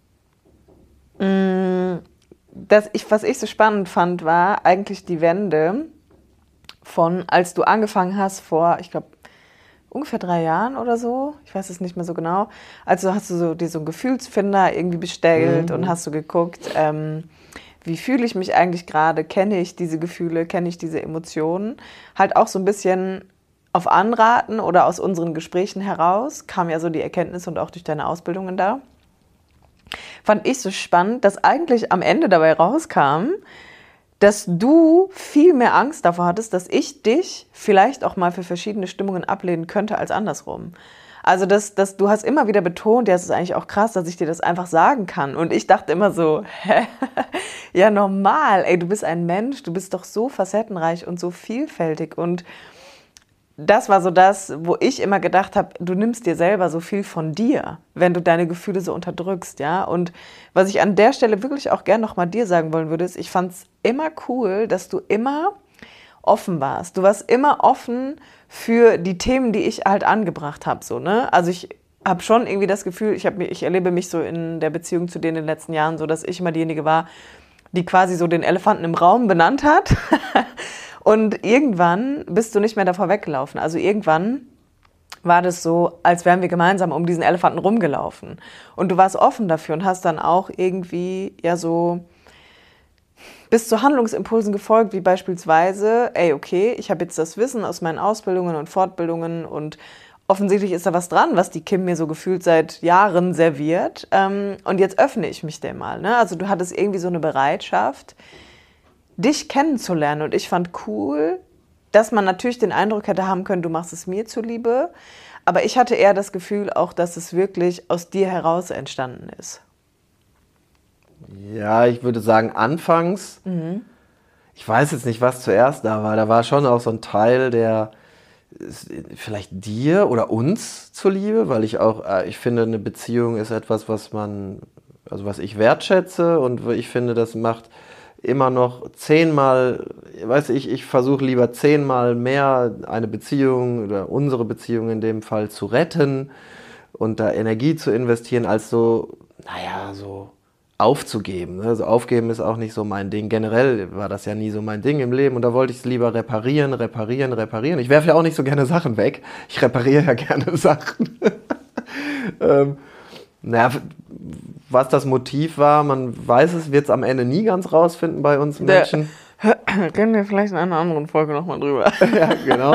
Das ich, was ich so spannend fand, war eigentlich die Wende von, als du angefangen hast vor, ich glaube, ungefähr drei Jahren oder so, ich weiß es nicht mehr so genau. Also hast du so, dir so einen Gefühlsfinder irgendwie bestellt mhm. und hast du geguckt, ähm, wie fühle ich mich eigentlich gerade, kenne ich diese Gefühle, kenne ich diese Emotionen. Halt auch so ein bisschen auf Anraten oder aus unseren Gesprächen heraus kam ja so die Erkenntnis und auch durch deine Ausbildungen da. Fand ich so spannend, dass eigentlich am Ende dabei rauskam, dass du viel mehr Angst davor hattest, dass ich dich vielleicht auch mal für verschiedene Stimmungen ablehnen könnte als andersrum. Also das, das, du hast immer wieder betont, ja, es ist eigentlich auch krass, dass ich dir das einfach sagen kann. Und ich dachte immer so, hä? Ja normal, ey, du bist ein Mensch, du bist doch so facettenreich und so vielfältig. Und das war so das, wo ich immer gedacht habe, du nimmst dir selber so viel von dir, wenn du deine Gefühle so unterdrückst, ja. Und was ich an der Stelle wirklich auch gerne nochmal dir sagen wollen würde, ist, ich fand es immer cool, dass du immer offen warst. Du warst immer offen für die Themen, die ich halt angebracht habe, so, ne? Also ich habe schon irgendwie das Gefühl, ich, hab, ich erlebe mich so in der Beziehung zu dir in den letzten Jahren so, dass ich immer diejenige war, die quasi so den Elefanten im Raum benannt hat. Und irgendwann bist du nicht mehr davor weggelaufen. Also irgendwann war das so, als wären wir gemeinsam um diesen Elefanten rumgelaufen. Und du warst offen dafür und hast dann auch irgendwie ja so bist zu Handlungsimpulsen gefolgt, wie beispielsweise, ey, okay, ich habe jetzt das Wissen aus meinen Ausbildungen und Fortbildungen und offensichtlich ist da was dran, was die Kim mir so gefühlt seit Jahren serviert. Ähm, und jetzt öffne ich mich dem mal. Ne? Also du hattest irgendwie so eine Bereitschaft, dich kennenzulernen. Und ich fand cool, dass man natürlich den Eindruck hätte haben können, du machst es mir zuliebe. Aber ich hatte eher das Gefühl auch, dass es wirklich aus dir heraus entstanden ist. Ja, ich würde sagen, anfangs, mhm. ich weiß jetzt nicht, was zuerst da war. Da war schon auch so ein Teil, der vielleicht dir oder uns zuliebe, weil ich auch, ich finde, eine Beziehung ist etwas, was man, also was ich wertschätze und ich finde, das macht immer noch zehnmal, weiß ich, ich versuche lieber zehnmal mehr eine Beziehung oder unsere Beziehung in dem Fall zu retten und da Energie zu investieren, als so, naja, so aufzugeben. Also aufgeben ist auch nicht so mein Ding. Generell war das ja nie so mein Ding im Leben und da wollte ich es lieber reparieren, reparieren, reparieren. Ich werfe ja auch nicht so gerne Sachen weg. Ich repariere ja gerne Sachen. ähm, naja, was das Motiv war, man weiß es, wird es am Ende nie ganz rausfinden bei uns Menschen. Reden wir vielleicht in einer anderen Folge nochmal drüber. Ja, genau.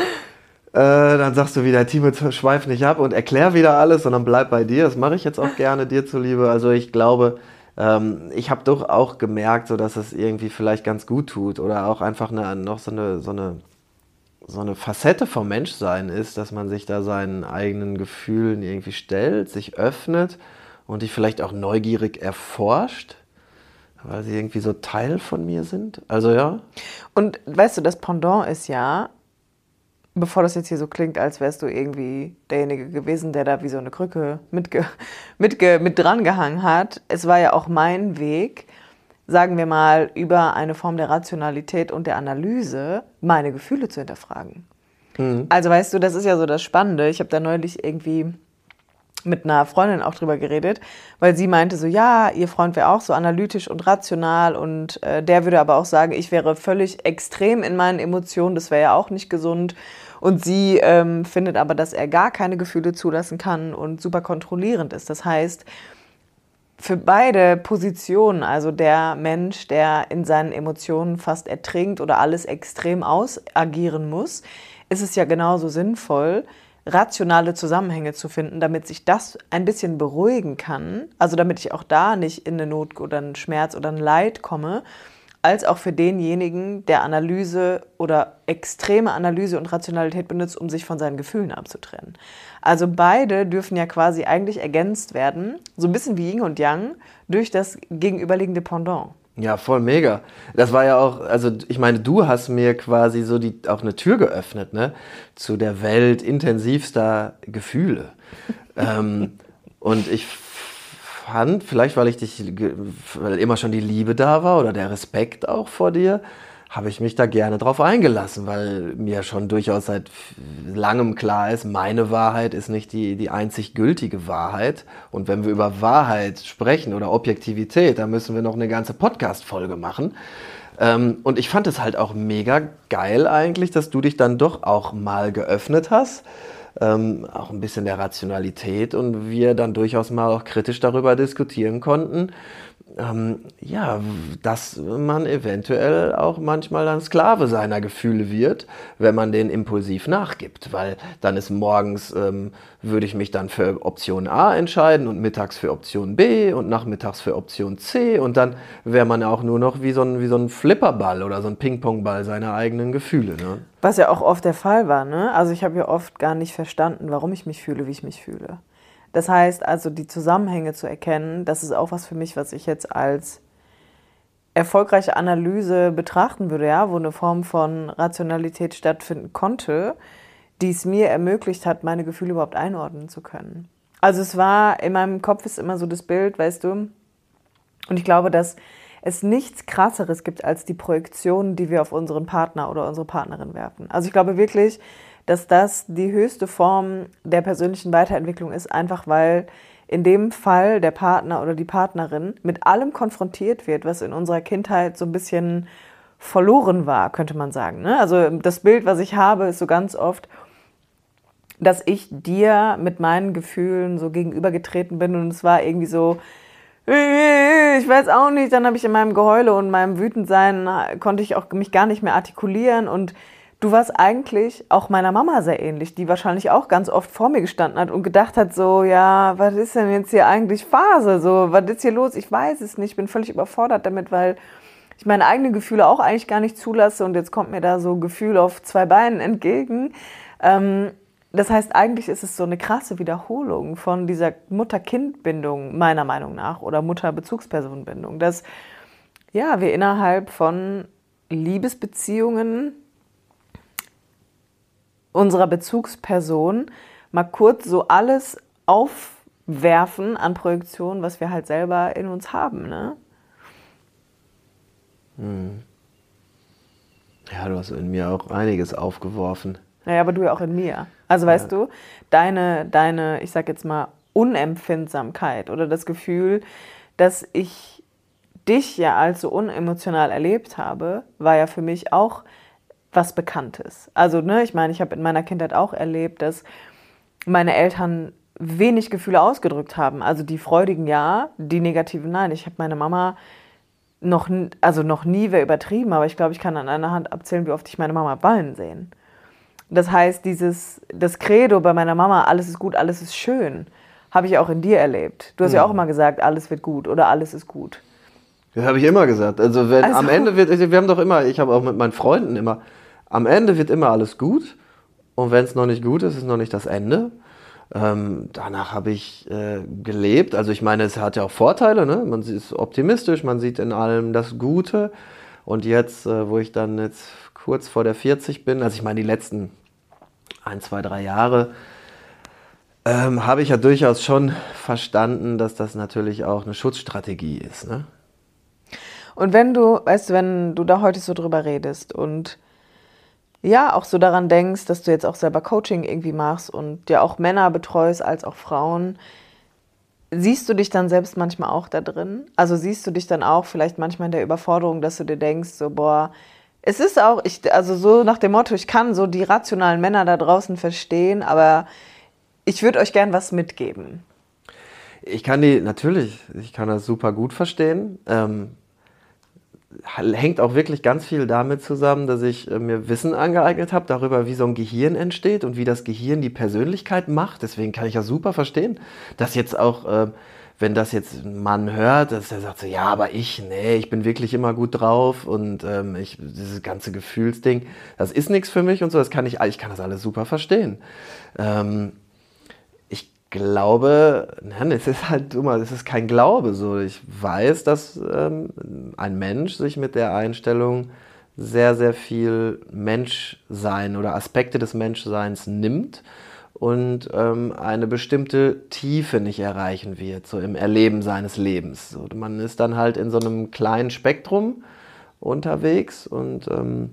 Äh, dann sagst du wieder, Timo, schweif nicht ab und erklär wieder alles, sondern bleib bei dir. Das mache ich jetzt auch gerne, dir zuliebe. Also ich glaube, ähm, ich habe doch auch gemerkt, so, dass es irgendwie vielleicht ganz gut tut oder auch einfach eine, noch so eine, so, eine, so eine Facette vom Menschsein ist, dass man sich da seinen eigenen Gefühlen irgendwie stellt, sich öffnet und die vielleicht auch neugierig erforscht, weil sie irgendwie so Teil von mir sind. Also ja. Und weißt du, das Pendant ist ja, bevor das jetzt hier so klingt, als wärst du irgendwie derjenige gewesen, der da wie so eine Krücke mitge, mitge, mit dran gehangen hat. Es war ja auch mein Weg, sagen wir mal, über eine Form der Rationalität und der Analyse meine Gefühle zu hinterfragen. Mhm. Also weißt du, das ist ja so das Spannende. Ich habe da neulich irgendwie mit einer Freundin auch drüber geredet, weil sie meinte so, ja, ihr Freund wäre auch so analytisch und rational und äh, der würde aber auch sagen, ich wäre völlig extrem in meinen Emotionen, das wäre ja auch nicht gesund. Und sie ähm, findet aber, dass er gar keine Gefühle zulassen kann und super kontrollierend ist. Das heißt, für beide Positionen, also der Mensch, der in seinen Emotionen fast ertrinkt oder alles extrem ausagieren muss, ist es ja genauso sinnvoll, rationale Zusammenhänge zu finden, damit sich das ein bisschen beruhigen kann, also damit ich auch da nicht in eine Not oder einen Schmerz oder ein Leid komme, als auch für denjenigen, der Analyse oder extreme Analyse und Rationalität benutzt, um sich von seinen Gefühlen abzutrennen. Also beide dürfen ja quasi eigentlich ergänzt werden, so ein bisschen wie Yin und Yang, durch das gegenüberliegende Pendant. Ja, voll mega. Das war ja auch, also ich meine, du hast mir quasi so die auch eine Tür geöffnet, ne, zu der Welt intensivster Gefühle. ähm, und ich fand, vielleicht weil ich dich, weil immer schon die Liebe da war oder der Respekt auch vor dir, habe ich mich da gerne drauf eingelassen, weil mir schon durchaus seit langem klar ist, meine Wahrheit ist nicht die, die einzig gültige Wahrheit. Und wenn wir über Wahrheit sprechen oder Objektivität, dann müssen wir noch eine ganze Podcast-Folge machen. Ähm, und ich fand es halt auch mega geil eigentlich, dass du dich dann doch auch mal geöffnet hast. ähm, auch ein bisschen der Rationalität und wir dann durchaus mal auch kritisch darüber diskutieren konnten, ähm, ja, dass man eventuell auch manchmal dann Sklave seiner Gefühle wird, wenn man denen impulsiv nachgibt, weil dann ist morgens, ähm, würde ich mich dann für Option A entscheiden und mittags für Option B und nachmittags für Option C und dann wäre man auch nur noch wie so ein, wie so ein Flipperball oder so ein Ping-Pong-Ball seiner eigenen Gefühle. Ne? Was ja auch oft der Fall war, ne? Also ich habe ja oft gar nicht verstanden, warum ich mich fühle, wie ich mich fühle. Das heißt also, die Zusammenhänge zu erkennen, das ist auch was für mich, was ich jetzt als erfolgreiche Analyse betrachten würde, ja, wo eine Form von Rationalität stattfinden konnte, die es mir ermöglicht hat, meine Gefühle überhaupt einordnen zu können. Also es war, in meinem Kopf ist immer so das Bild, weißt du, und ich glaube, dass es nichts Krasseres gibt als die Projektionen, die wir auf unseren Partner oder unsere Partnerin werfen. Also ich glaube wirklich, dass das die höchste Form der persönlichen Weiterentwicklung ist, einfach weil in dem Fall der Partner oder die Partnerin mit allem konfrontiert wird, was in unserer Kindheit so ein bisschen verloren war, könnte man sagen. Ne? Also das Bild, was ich habe, ist so ganz oft, dass ich dir mit meinen Gefühlen so gegenübergetreten bin und es war irgendwie so, ich weiß auch nicht, dann habe ich in meinem Geheule und meinem Wütendsein, konnte ich auch mich gar nicht mehr artikulieren und du warst eigentlich auch meiner Mama sehr ähnlich, die wahrscheinlich auch ganz oft vor mir gestanden hat und gedacht hat so, ja, was ist denn jetzt hier eigentlich Phase? So, was ist hier los? Ich weiß es nicht, ich bin völlig überfordert damit, weil ich meine eigenen Gefühle auch eigentlich gar nicht zulasse und jetzt kommt mir da so Gefühl auf zwei Beinen entgegen. Ähm, das heißt, eigentlich ist es so eine krasse Wiederholung von dieser Mutter-Kind-Bindung, meiner Meinung nach, oder Mutter-Bezugsperson-Bindung, dass ja, wir innerhalb von Liebesbeziehungen unserer Bezugsperson mal kurz so alles aufwerfen an Projektionen, was wir halt selber in uns haben, ne? Hm. Ja, du hast in mir auch einiges aufgeworfen. Naja, aber du ja auch in mir. Also weißt Ja. du, deine, deine, ich sag jetzt mal, Unempfindsamkeit oder das Gefühl, dass ich dich ja als so unemotional erlebt habe, war ja für mich auch was Bekanntes. Also, ne, ich meine, ich habe in meiner Kindheit auch erlebt, dass meine Eltern wenig Gefühle ausgedrückt haben. Also die freudigen ja, die negativen nein. Ich habe meine Mama noch, also noch nie, wäre übertrieben, aber ich glaube, ich kann an einer Hand abzählen, wie oft ich meine Mama weinen sehen. Das heißt, dieses, das Credo bei meiner Mama, alles ist gut, alles ist schön, habe ich auch in dir erlebt. Du hast ja, ja auch immer gesagt, alles wird gut oder alles ist gut. Das habe ich immer gesagt. Also, wenn Also, am Ende wird, wir haben doch immer, ich habe auch mit meinen Freunden immer, am Ende wird immer alles gut und wenn es noch nicht gut ist, ist noch nicht das Ende. Ähm, danach habe ich äh, gelebt. Also ich meine, es hat ja auch Vorteile, ne? Man ist optimistisch, man sieht in allem das Gute. Und jetzt, äh, wo ich dann jetzt kurz vor der vierzig bin, also ich meine die letzten ein, zwei, drei Jahre, ähm, habe ich ja durchaus schon verstanden, dass das natürlich auch eine Schutzstrategie ist, ne? Und wenn du, weißt du, wenn du da heute so drüber redest und ja, auch so daran denkst, dass du jetzt auch selber Coaching irgendwie machst und ja auch Männer betreust als auch Frauen, siehst du dich dann selbst manchmal auch da drin? Also siehst du dich dann auch vielleicht manchmal in der Überforderung, dass du dir denkst, so boah, es ist auch, ich, also so nach dem Motto, ich kann so die rationalen Männer da draußen verstehen, aber ich würde euch gern was mitgeben. Ich kann die, natürlich, ich kann das super gut verstehen. Ähm, hängt auch wirklich ganz viel damit zusammen, dass ich äh, mir Wissen angeeignet habe darüber, wie so ein Gehirn entsteht und wie das Gehirn die Persönlichkeit macht. Deswegen kann ich ja super verstehen, dass jetzt auch, äh, wenn das jetzt ein Mann hört, dass er sagt so, ja, aber ich, nee, ich bin wirklich immer gut drauf und ähm, ich, dieses ganze Gefühlsding, das ist nichts für mich und so, das kann ich, ich kann das alles super verstehen. Ähm, Ich glaube, nein, es ist halt immer, es ist kein Glaube so. Ich weiß, dass ähm, ein Mensch sich mit der Einstellung sehr, sehr viel Menschsein oder Aspekte des Menschseins nimmt und ähm, eine bestimmte Tiefe nicht erreichen wird, so im Erleben seines Lebens. So, man ist dann halt in so einem kleinen Spektrum unterwegs und ähm,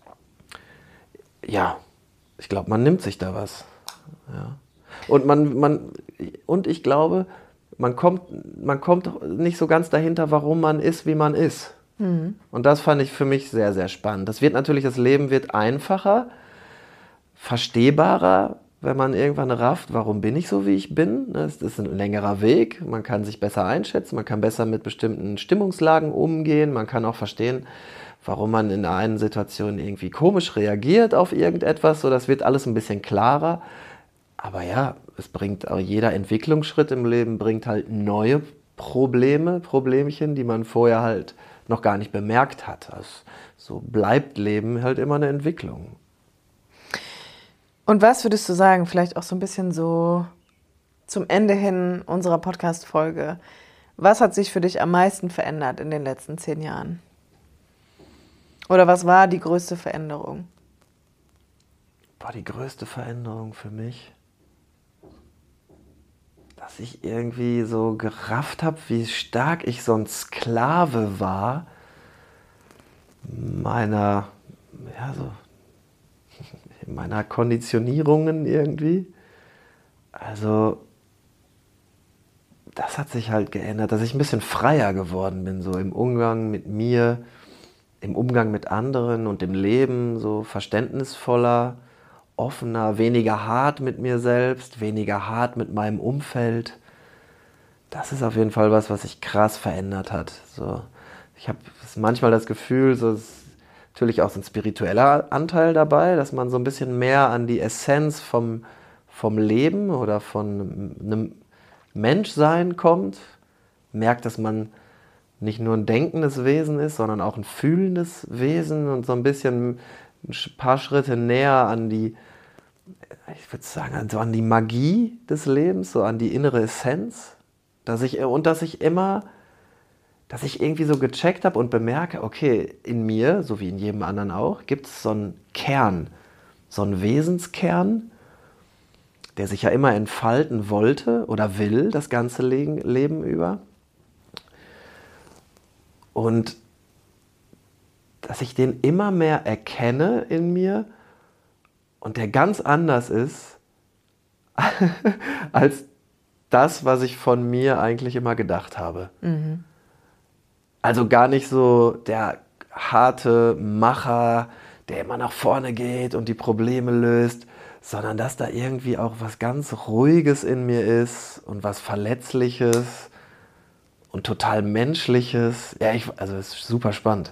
ja, ich glaube, man nimmt sich da was. Ja. Und, man, man, und ich glaube, man kommt, man kommt nicht so ganz dahinter, warum man ist, wie man ist. Mhm. Und das fand ich für mich sehr, sehr spannend. Das wird natürlich, das Leben wird einfacher, verstehbarer, wenn man irgendwann rafft, warum bin ich so, wie ich bin. Das ist ein längerer Weg, man kann sich besser einschätzen, man kann besser mit bestimmten Stimmungslagen umgehen, man kann auch verstehen, warum man in einer Situation irgendwie komisch reagiert auf irgendetwas. So, das wird alles ein bisschen klarer. Aber ja, es bringt auch jeder Entwicklungsschritt im Leben bringt halt neue Probleme, Problemchen, die man vorher halt noch gar nicht bemerkt hat. Also, so bleibt Leben halt immer eine Entwicklung. Und was würdest du sagen, vielleicht auch so ein bisschen so zum Ende hin unserer Podcast-Folge, was hat sich für dich am meisten verändert in den letzten zehn Jahren? Oder was war die größte Veränderung? War die größte Veränderung für mich, dass ich irgendwie so gerafft habe, wie stark ich so ein Sklave war meiner, ja, so meiner Konditionierungen irgendwie. Also das hat sich halt geändert, dass ich ein bisschen freier geworden bin, so im Umgang mit mir, im Umgang mit anderen und im Leben, so verständnisvoller, offener, weniger hart mit mir selbst, weniger hart mit meinem Umfeld. Das ist auf jeden Fall was, was sich krass verändert hat. So, ich habe manchmal das Gefühl, so ist natürlich auch so ein spiritueller Anteil dabei, dass man so ein bisschen mehr an die Essenz vom, vom Leben oder von einem Menschsein kommt, merkt, dass man nicht nur ein denkendes Wesen ist, sondern auch ein fühlendes Wesen und so ein bisschen ein paar Schritte näher an die, ich würde sagen, also an die Magie des Lebens, so an die innere Essenz, dass ich, und dass ich immer, dass ich irgendwie so gecheckt habe und bemerke, okay, in mir, so wie in jedem anderen auch, gibt es so einen Kern, so einen Wesenskern, der sich ja immer entfalten wollte oder will, das ganze Leben über. Und dass ich den immer mehr erkenne in mir und der ganz anders ist als das, was ich von mir eigentlich immer gedacht habe. Mhm. Also gar nicht so der harte Macher, der immer nach vorne geht und die Probleme löst, sondern dass da irgendwie auch was ganz Ruhiges in mir ist und was Verletzliches und total Menschliches. Ja, ich, also es ist super spannend.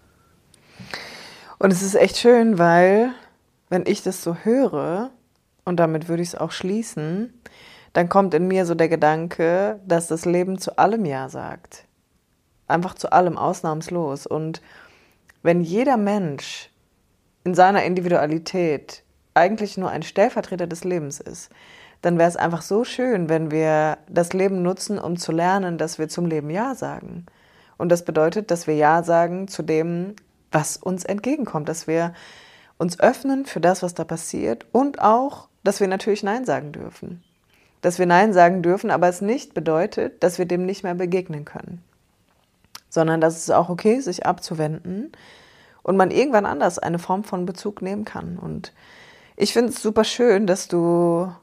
Und es ist echt schön, weil wenn ich das so höre, und damit würde ich es auch schließen, dann kommt in mir so der Gedanke, dass das Leben zu allem Ja sagt. Einfach zu allem, ausnahmslos. Und wenn jeder Mensch in seiner Individualität eigentlich nur ein Stellvertreter des Lebens ist, dann wäre es einfach so schön, wenn wir das Leben nutzen, um zu lernen, dass wir zum Leben Ja sagen. Und das bedeutet, dass wir Ja sagen zu dem, was uns entgegenkommt, dass wir uns öffnen für das, was da passiert und auch, dass wir natürlich Nein sagen dürfen. Dass wir Nein sagen dürfen, aber es nicht bedeutet, dass wir dem nicht mehr begegnen können. Sondern dass es auch okay ist, sich abzuwenden und man irgendwann anders eine Form von Bezug nehmen kann. Und ich finde es super schön, dass du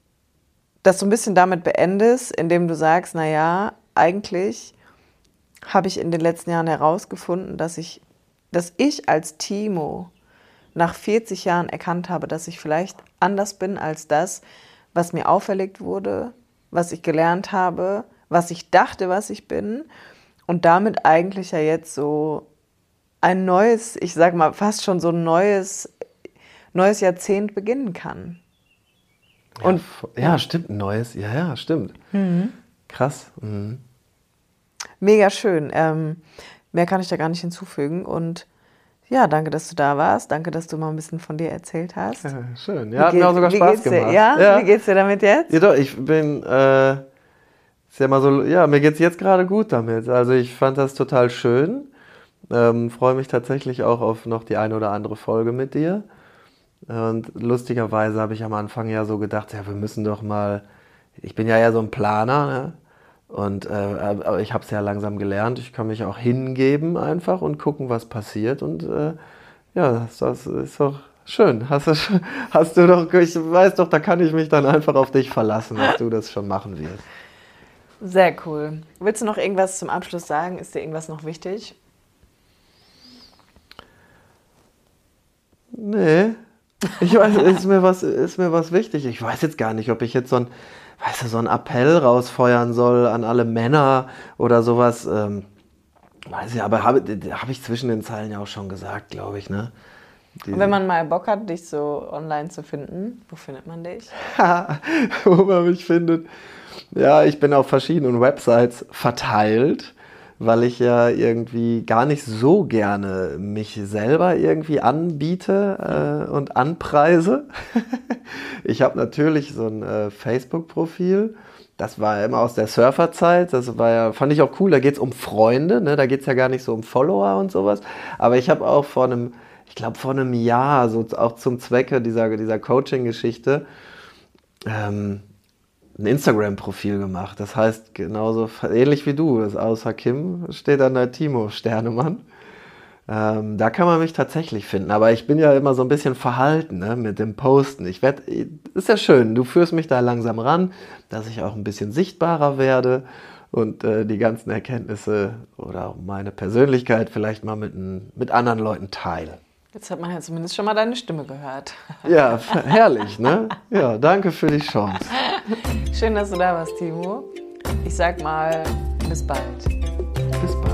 das so ein bisschen damit beendest, indem du sagst, naja, eigentlich habe ich in den letzten Jahren herausgefunden, dass ich, dass ich als Timo nach vierzig Jahren erkannt habe, dass ich vielleicht anders bin als das, was mir auferlegt wurde, was ich gelernt habe, was ich dachte, was ich bin. Und damit eigentlich ja jetzt so ein neues, ich sag mal fast schon so ein neues, neues Jahrzehnt beginnen kann. Ja, und, ja, ja, stimmt, ein neues, ja, ja, stimmt. Mhm. Krass. Mhm. Mega schön. Ähm, mehr kann ich da gar nicht hinzufügen. Und ja, danke, dass du da warst. Danke, dass du mal ein bisschen von dir erzählt hast. Ja, schön. Ja, hat mir auch sogar Spaß gemacht. Ja? ja, wie geht's dir damit jetzt? Ja, doch, ich bin, äh, ist ja mal so, ja, mir geht's jetzt gerade gut damit. Also ich fand das total schön. Ähm, freue mich tatsächlich auch auf noch die eine oder andere Folge mit dir. Und lustigerweise habe ich am Anfang ja so gedacht, ja, wir müssen doch mal, ich bin ja eher so ein Planer, ne? Und äh, aber ich habe es ja langsam gelernt, ich kann mich auch hingeben einfach und gucken, was passiert. Und äh, ja, das ist doch schön. Hast du, hast du doch, ich weiß doch, da kann ich mich dann einfach auf dich verlassen, dass du das schon machen wirst. Sehr cool. Willst du noch irgendwas zum Abschluss sagen? Ist dir irgendwas noch wichtig? Nee. Ich weiß, ist mir was, ist mir was wichtig. Ich weiß jetzt gar nicht, ob ich jetzt so ein, weißt du, so einen Appell rausfeuern soll an alle Männer oder sowas. Ähm, weiß ich, aber habe hab ich zwischen den Zeilen ja auch schon gesagt, glaube ich, ne? Und wenn man mal Bock hat, dich so online zu finden, wo findet man dich? Wo man mich findet. Ja, ich bin auf verschiedenen Websites verteilt, weil ich ja irgendwie gar nicht so gerne mich selber irgendwie anbiete äh, und anpreise. Ich habe natürlich so ein äh, Facebook-Profil. Das war ja immer aus der Surferzeit. Das war ja, fand ich auch cool. Da geht es um Freunde, ne? Da geht es ja gar nicht so um Follower und sowas. Aber ich habe auch vor einem, ich glaube vor einem Jahr, so auch zum Zwecke dieser, dieser Coaching-Geschichte, ähm, ein Instagram-Profil gemacht. Das heißt, genauso ähnlich wie du, das außer Kim steht dann der Timo Sternemann. Ähm, da kann man mich tatsächlich finden. Aber ich bin ja immer so ein bisschen verhalten, ne, mit dem Posten. Ich werd, ist ja schön, du führst mich da langsam ran, dass ich auch ein bisschen sichtbarer werde und äh, die ganzen Erkenntnisse oder auch meine Persönlichkeit vielleicht mal mit, mit anderen Leuten teile. Jetzt hat man ja zumindest schon mal deine Stimme gehört. Ja, herrlich, ne? Ja, danke für die Chance. Schön, dass du da warst, Timo. Ich sag mal, bis bald. Bis bald.